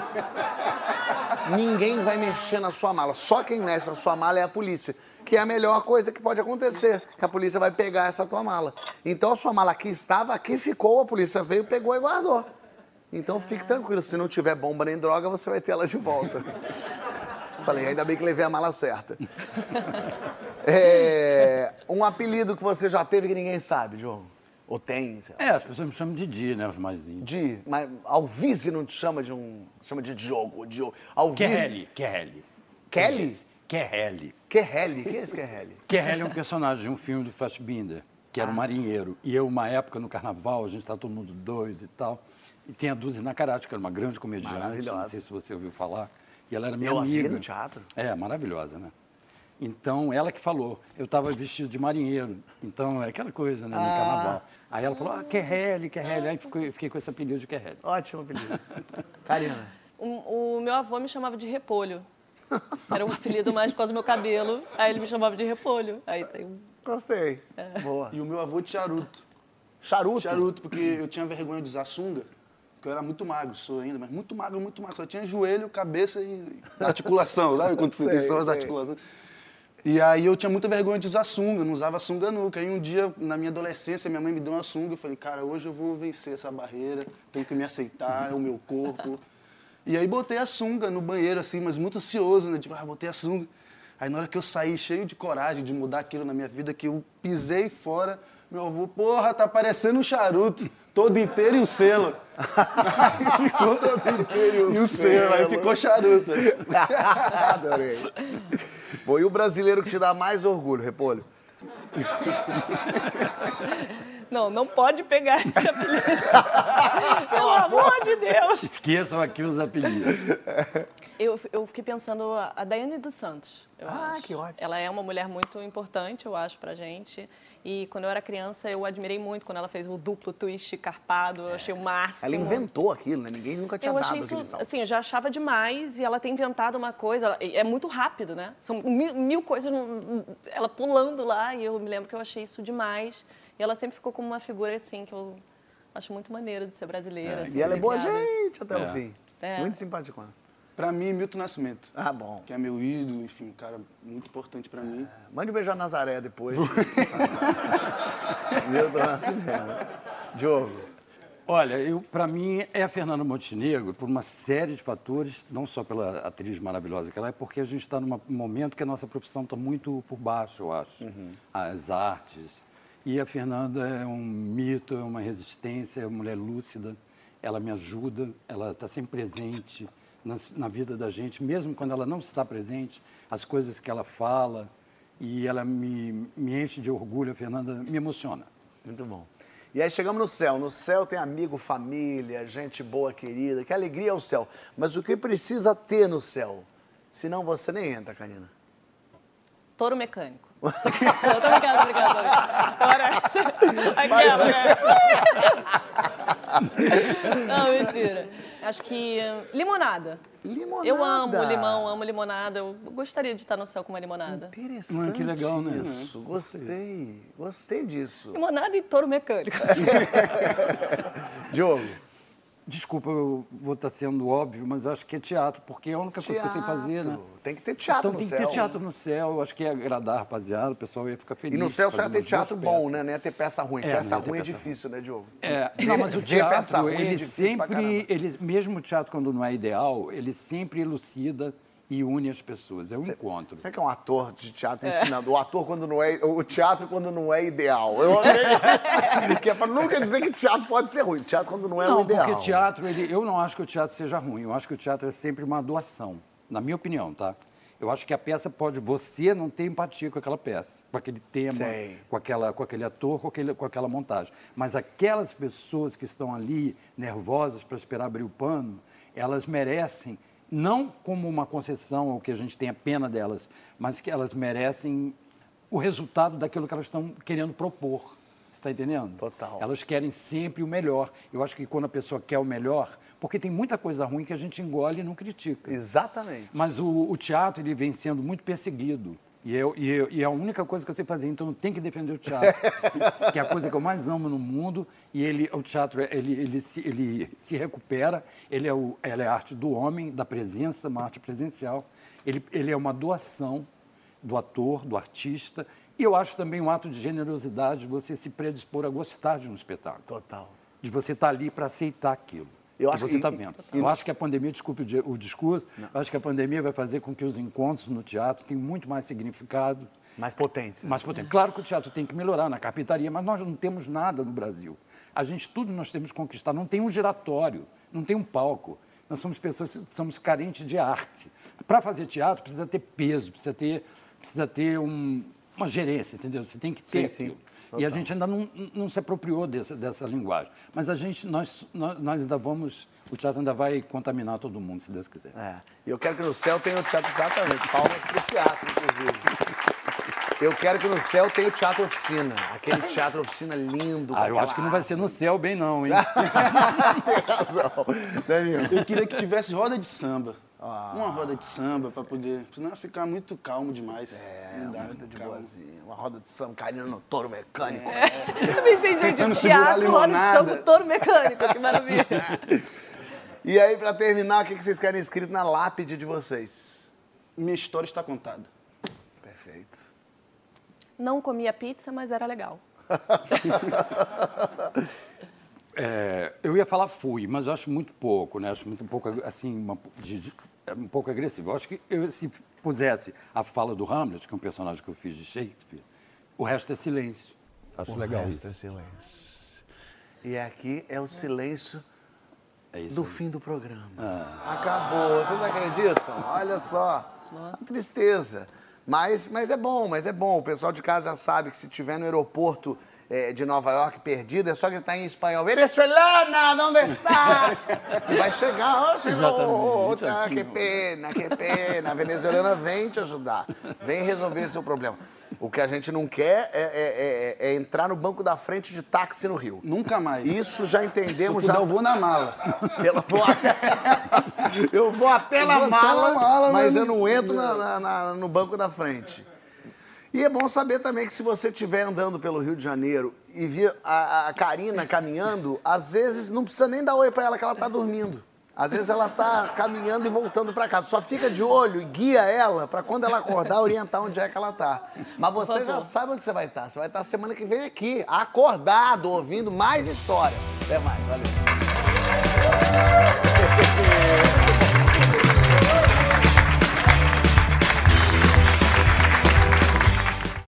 Ninguém vai mexer na sua mala. Só quem mexe na sua mala é a polícia. Que é a melhor coisa que pode acontecer, que a polícia vai pegar essa tua mala. Então a sua mala aqui estava, aqui ficou, a polícia veio, pegou e guardou. Então fique tranquilo, se não tiver bomba nem droga, você vai ter ela de volta. Falei, ainda bem que levei a mala certa. Um apelido que você já teve que ninguém sabe, João? Ou tem? As pessoas me chamam de Di, né, os mais íntimos. Di, mas Alvise não te chama de chama de Diogo, Alvise... Kerrelli. Kelly? Kerrelli. Kerrelli? Quem é esse Kerrelli? Kerrelli é um personagem de um filme do Fassbinder, que era um marinheiro. E eu, uma época, no carnaval, a gente estava todo mundo doido e tal. E tem a Dulce Nacarate, que era uma grande comediante. Maravilhosa. Não sei se você ouviu falar. E ela era minha eu amiga. Eu no teatro. Maravilhosa, né? Então, ela que falou. Eu estava vestido de marinheiro. Então, é aquela coisa, né? No carnaval. Aí ela falou, Kerrelli. Aí fiquei com esse apelido de Kerrelli. Ótimo apelido. Karina. O meu avô me chamava de Repolho. Era um apelido mais por causa do meu cabelo. Aí ele me chamava de Repolho. Aí tem Gostei. Boa. E o meu avô de Charuto. Charuto? Charuto, porque eu tinha vergonha de usar sunga, porque eu era muito magro, sou ainda, mas muito magro. Só tinha joelho, cabeça e articulação, sabe? Quando você tem só as articulações. E aí eu tinha muita vergonha de usar sunga, não usava sunga nunca. Aí um dia, na minha adolescência, minha mãe me deu uma sunga, eu falei, cara, hoje eu vou vencer essa barreira, tenho que me aceitar, é o meu corpo. E aí botei a sunga no banheiro, assim, mas muito ansioso, né? Tipo, botei a sunga. Aí na hora que eu saí cheio de coragem de mudar aquilo na minha vida, que eu pisei fora, meu avô, porra, tá parecendo um charuto, todo inteiro e o selo. Aí ficou todo inteiro e o selo, aí ficou charuto. Adorei. Bom, e o brasileiro que te dá mais orgulho, Repolho? Não pode pegar esse apelido. Pelo amor de Deus. Esqueçam aqui os apelidos. Eu fiquei pensando a Daiane dos Santos. Eu acho. Que ótimo. Ela é uma mulher muito importante, eu acho, pra gente. E quando eu era criança, eu admirei muito quando ela fez o duplo twist carpado. Eu achei o máximo. Ela inventou aquilo, né? Ninguém nunca tinha Eu dado achei aquele isso, salto. assim, eu já achava demais e ela tem inventado uma coisa, é muito rápido, né? São mil coisas, ela pulando lá e eu me lembro que eu achei isso demais. E ela sempre ficou como uma figura, assim, que eu acho muito maneira de ser brasileira. Assim, E ela é boa criada. gente até o fim. É. Muito simpaticona. Pra mim, Milton Nascimento, Ah, bom. que é meu ídolo, enfim, um cara muito importante pra mim. Mande beijar Nazaré depois. Milton Nascimento. Diogo. Olha, para mim é a Fernanda Montenegro por uma série de fatores, não só pela atriz maravilhosa que ela é, porque a gente está num momento que a nossa profissão está muito por baixo, eu acho. As artes. E a Fernanda é um mito, é uma resistência, é uma mulher lúcida. Ela me ajuda, ela está sempre presente na vida da gente, mesmo quando ela não está presente, as coisas que ela fala, e ela me enche de orgulho, a Fernanda me emociona. Muito bom. E aí chegamos no céu. No céu tem amigo, família, gente boa, querida. Que alegria é o céu. Mas o que precisa ter no céu? Senão você nem entra, Canina. Touro mecânico. Eu tô brincando. Aquela, né? Não, mentira. Acho que limonada. Limonada. Eu amo limão, amo limonada. Eu gostaria de estar no céu com uma limonada. Interessante. Que legal, né? Isso, gostei disso. Limonada e touro mecânico. Diogo. Desculpa, eu vou estar sendo óbvio, mas eu acho que é teatro, porque é a única coisa que eu sei fazer, né? Tem que ter teatro Então no tem que céu. ter teatro no céu, eu acho que ia agradar a rapaziada, o pessoal ia ficar E feliz. no céu só ia fazendo ter as teatro duas bom, peças. né? Não ia ter peça ruim. É, Peça não ia ter ruim é peça difícil, né, Diogo? Não, mas o Ver peça teatro, ruim é ele difícil pra caramba. sempre, mesmo o teatro quando não é ideal, ele sempre elucida e une as pessoas, é um encontro. Você que é um ator de teatro ensinando. O ator quando não é... O teatro quando não é ideal. Eu amei isso. Que é pra nunca dizer que teatro pode ser ruim. Teatro quando não é o ideal. Porque teatro, eu não acho que o teatro seja ruim, eu acho que o teatro é sempre uma doação, na minha opinião, tá? Eu acho que a peça pode, você não ter empatia com aquela peça, com aquele tema, Sei. com aquele ator, com aquela montagem. Mas aquelas pessoas que estão ali, nervosas para esperar abrir o pano, elas merecem, não como uma concessão ou que a gente tenha pena delas, mas que elas merecem o resultado daquilo que elas estão querendo propor. Você está entendendo? Total. Elas querem sempre o melhor. Eu acho que quando a pessoa quer o melhor, porque tem muita coisa ruim que a gente engole e não critica. Exatamente. Mas o teatro, ele vem sendo muito perseguido. E é a única coisa que eu sei fazer, então eu tenho que defender o teatro, que é a coisa que eu mais amo no mundo. E o teatro, ele se recupera, ele é a arte do homem, da presença, uma arte presencial. Ele é uma doação do ator, do artista. E eu acho também um ato de generosidade você se predispor a gostar de um espetáculo. Total. De você estar ali para aceitar aquilo. Eu que acho você que- está vendo. Eu acho que a pandemia, desculpe o discurso, eu acho que a pandemia vai fazer com que os encontros no teatro tenham muito mais significado, Mais potente. mais potente. Claro que o teatro tem que melhorar na carpintaria, mas nós não temos nada no Brasil. Tudo nós temos que conquistar. Não tem um giratório, não tem um palco. Nós somos pessoas que somos carentes de arte. Para fazer teatro precisa ter peso, precisa ter uma gerência, entendeu? Você tem que ter Sim, aquilo. E a gente ainda não se apropriou dessa linguagem. Mas nós ainda vamos, o teatro ainda vai contaminar todo mundo, se Deus quiser. É. E eu quero que no céu tenha o teatro exatamente. Palmas pro teatro, inclusive. Eu quero que no céu tenha o Teatro Oficina. Aquele Teatro Oficina lindo. Ah, eu acho que não vai ser no céu bem não, hein? Tem razão. Danilo. Eu queria que tivesse roda de samba. Uma roda de samba pra poder... Senão ia ficar muito calmo demais. Não dá, Muito de boazinha. Uma roda de samba, Karina no touro mecânico. Eu me entendi Tentando de segurar a teatro, roda de limonada. samba, touro mecânico, que maravilha. E aí, pra terminar, o que vocês querem escrito na lápide de vocês? Minha história está contada. Perfeito. Não comia pizza, mas era legal. Eu ia falar fui, mas eu acho muito pouco, né? Acho muito pouco, assim, um pouco agressivo. Eu acho que se pusesse a fala do Hamlet, que é um personagem que eu fiz de Shakespeare, o resto é silêncio. Acho legal isso. É silêncio. E aqui é o silêncio É isso do aí. fim do programa. Acabou. Vocês acreditam? Olha só. Uma tristeza. Mas é bom. O pessoal de casa já sabe que se estiver no aeroporto de Nova York perdido, é só gritar em espanhol: Venezuelana, onde está? E vai chegar. Oh, chegou. Exatamente, Que pena, que pena. A venezuelana vem te ajudar. Vem resolver seu problema. O que a gente não quer é entrar no banco da frente de táxi no Rio. Nunca mais. Isso já entendemos. Se eu vou na mala. Eu vou até na Eu vou até mala, na mala, mas eu mas- não entro no banco da frente. E é bom saber também que se você estiver andando pelo Rio de Janeiro e vir a Karina caminhando, às vezes não precisa nem dar oi pra ela, que ela tá dormindo. Às vezes ela tá caminhando e voltando pra casa. Só fica de olho e guia ela pra quando ela acordar, orientar onde é que ela tá. Mas você já sabe onde você vai estar. Você vai estar semana que vem aqui, acordado, ouvindo mais história. Até mais, valeu.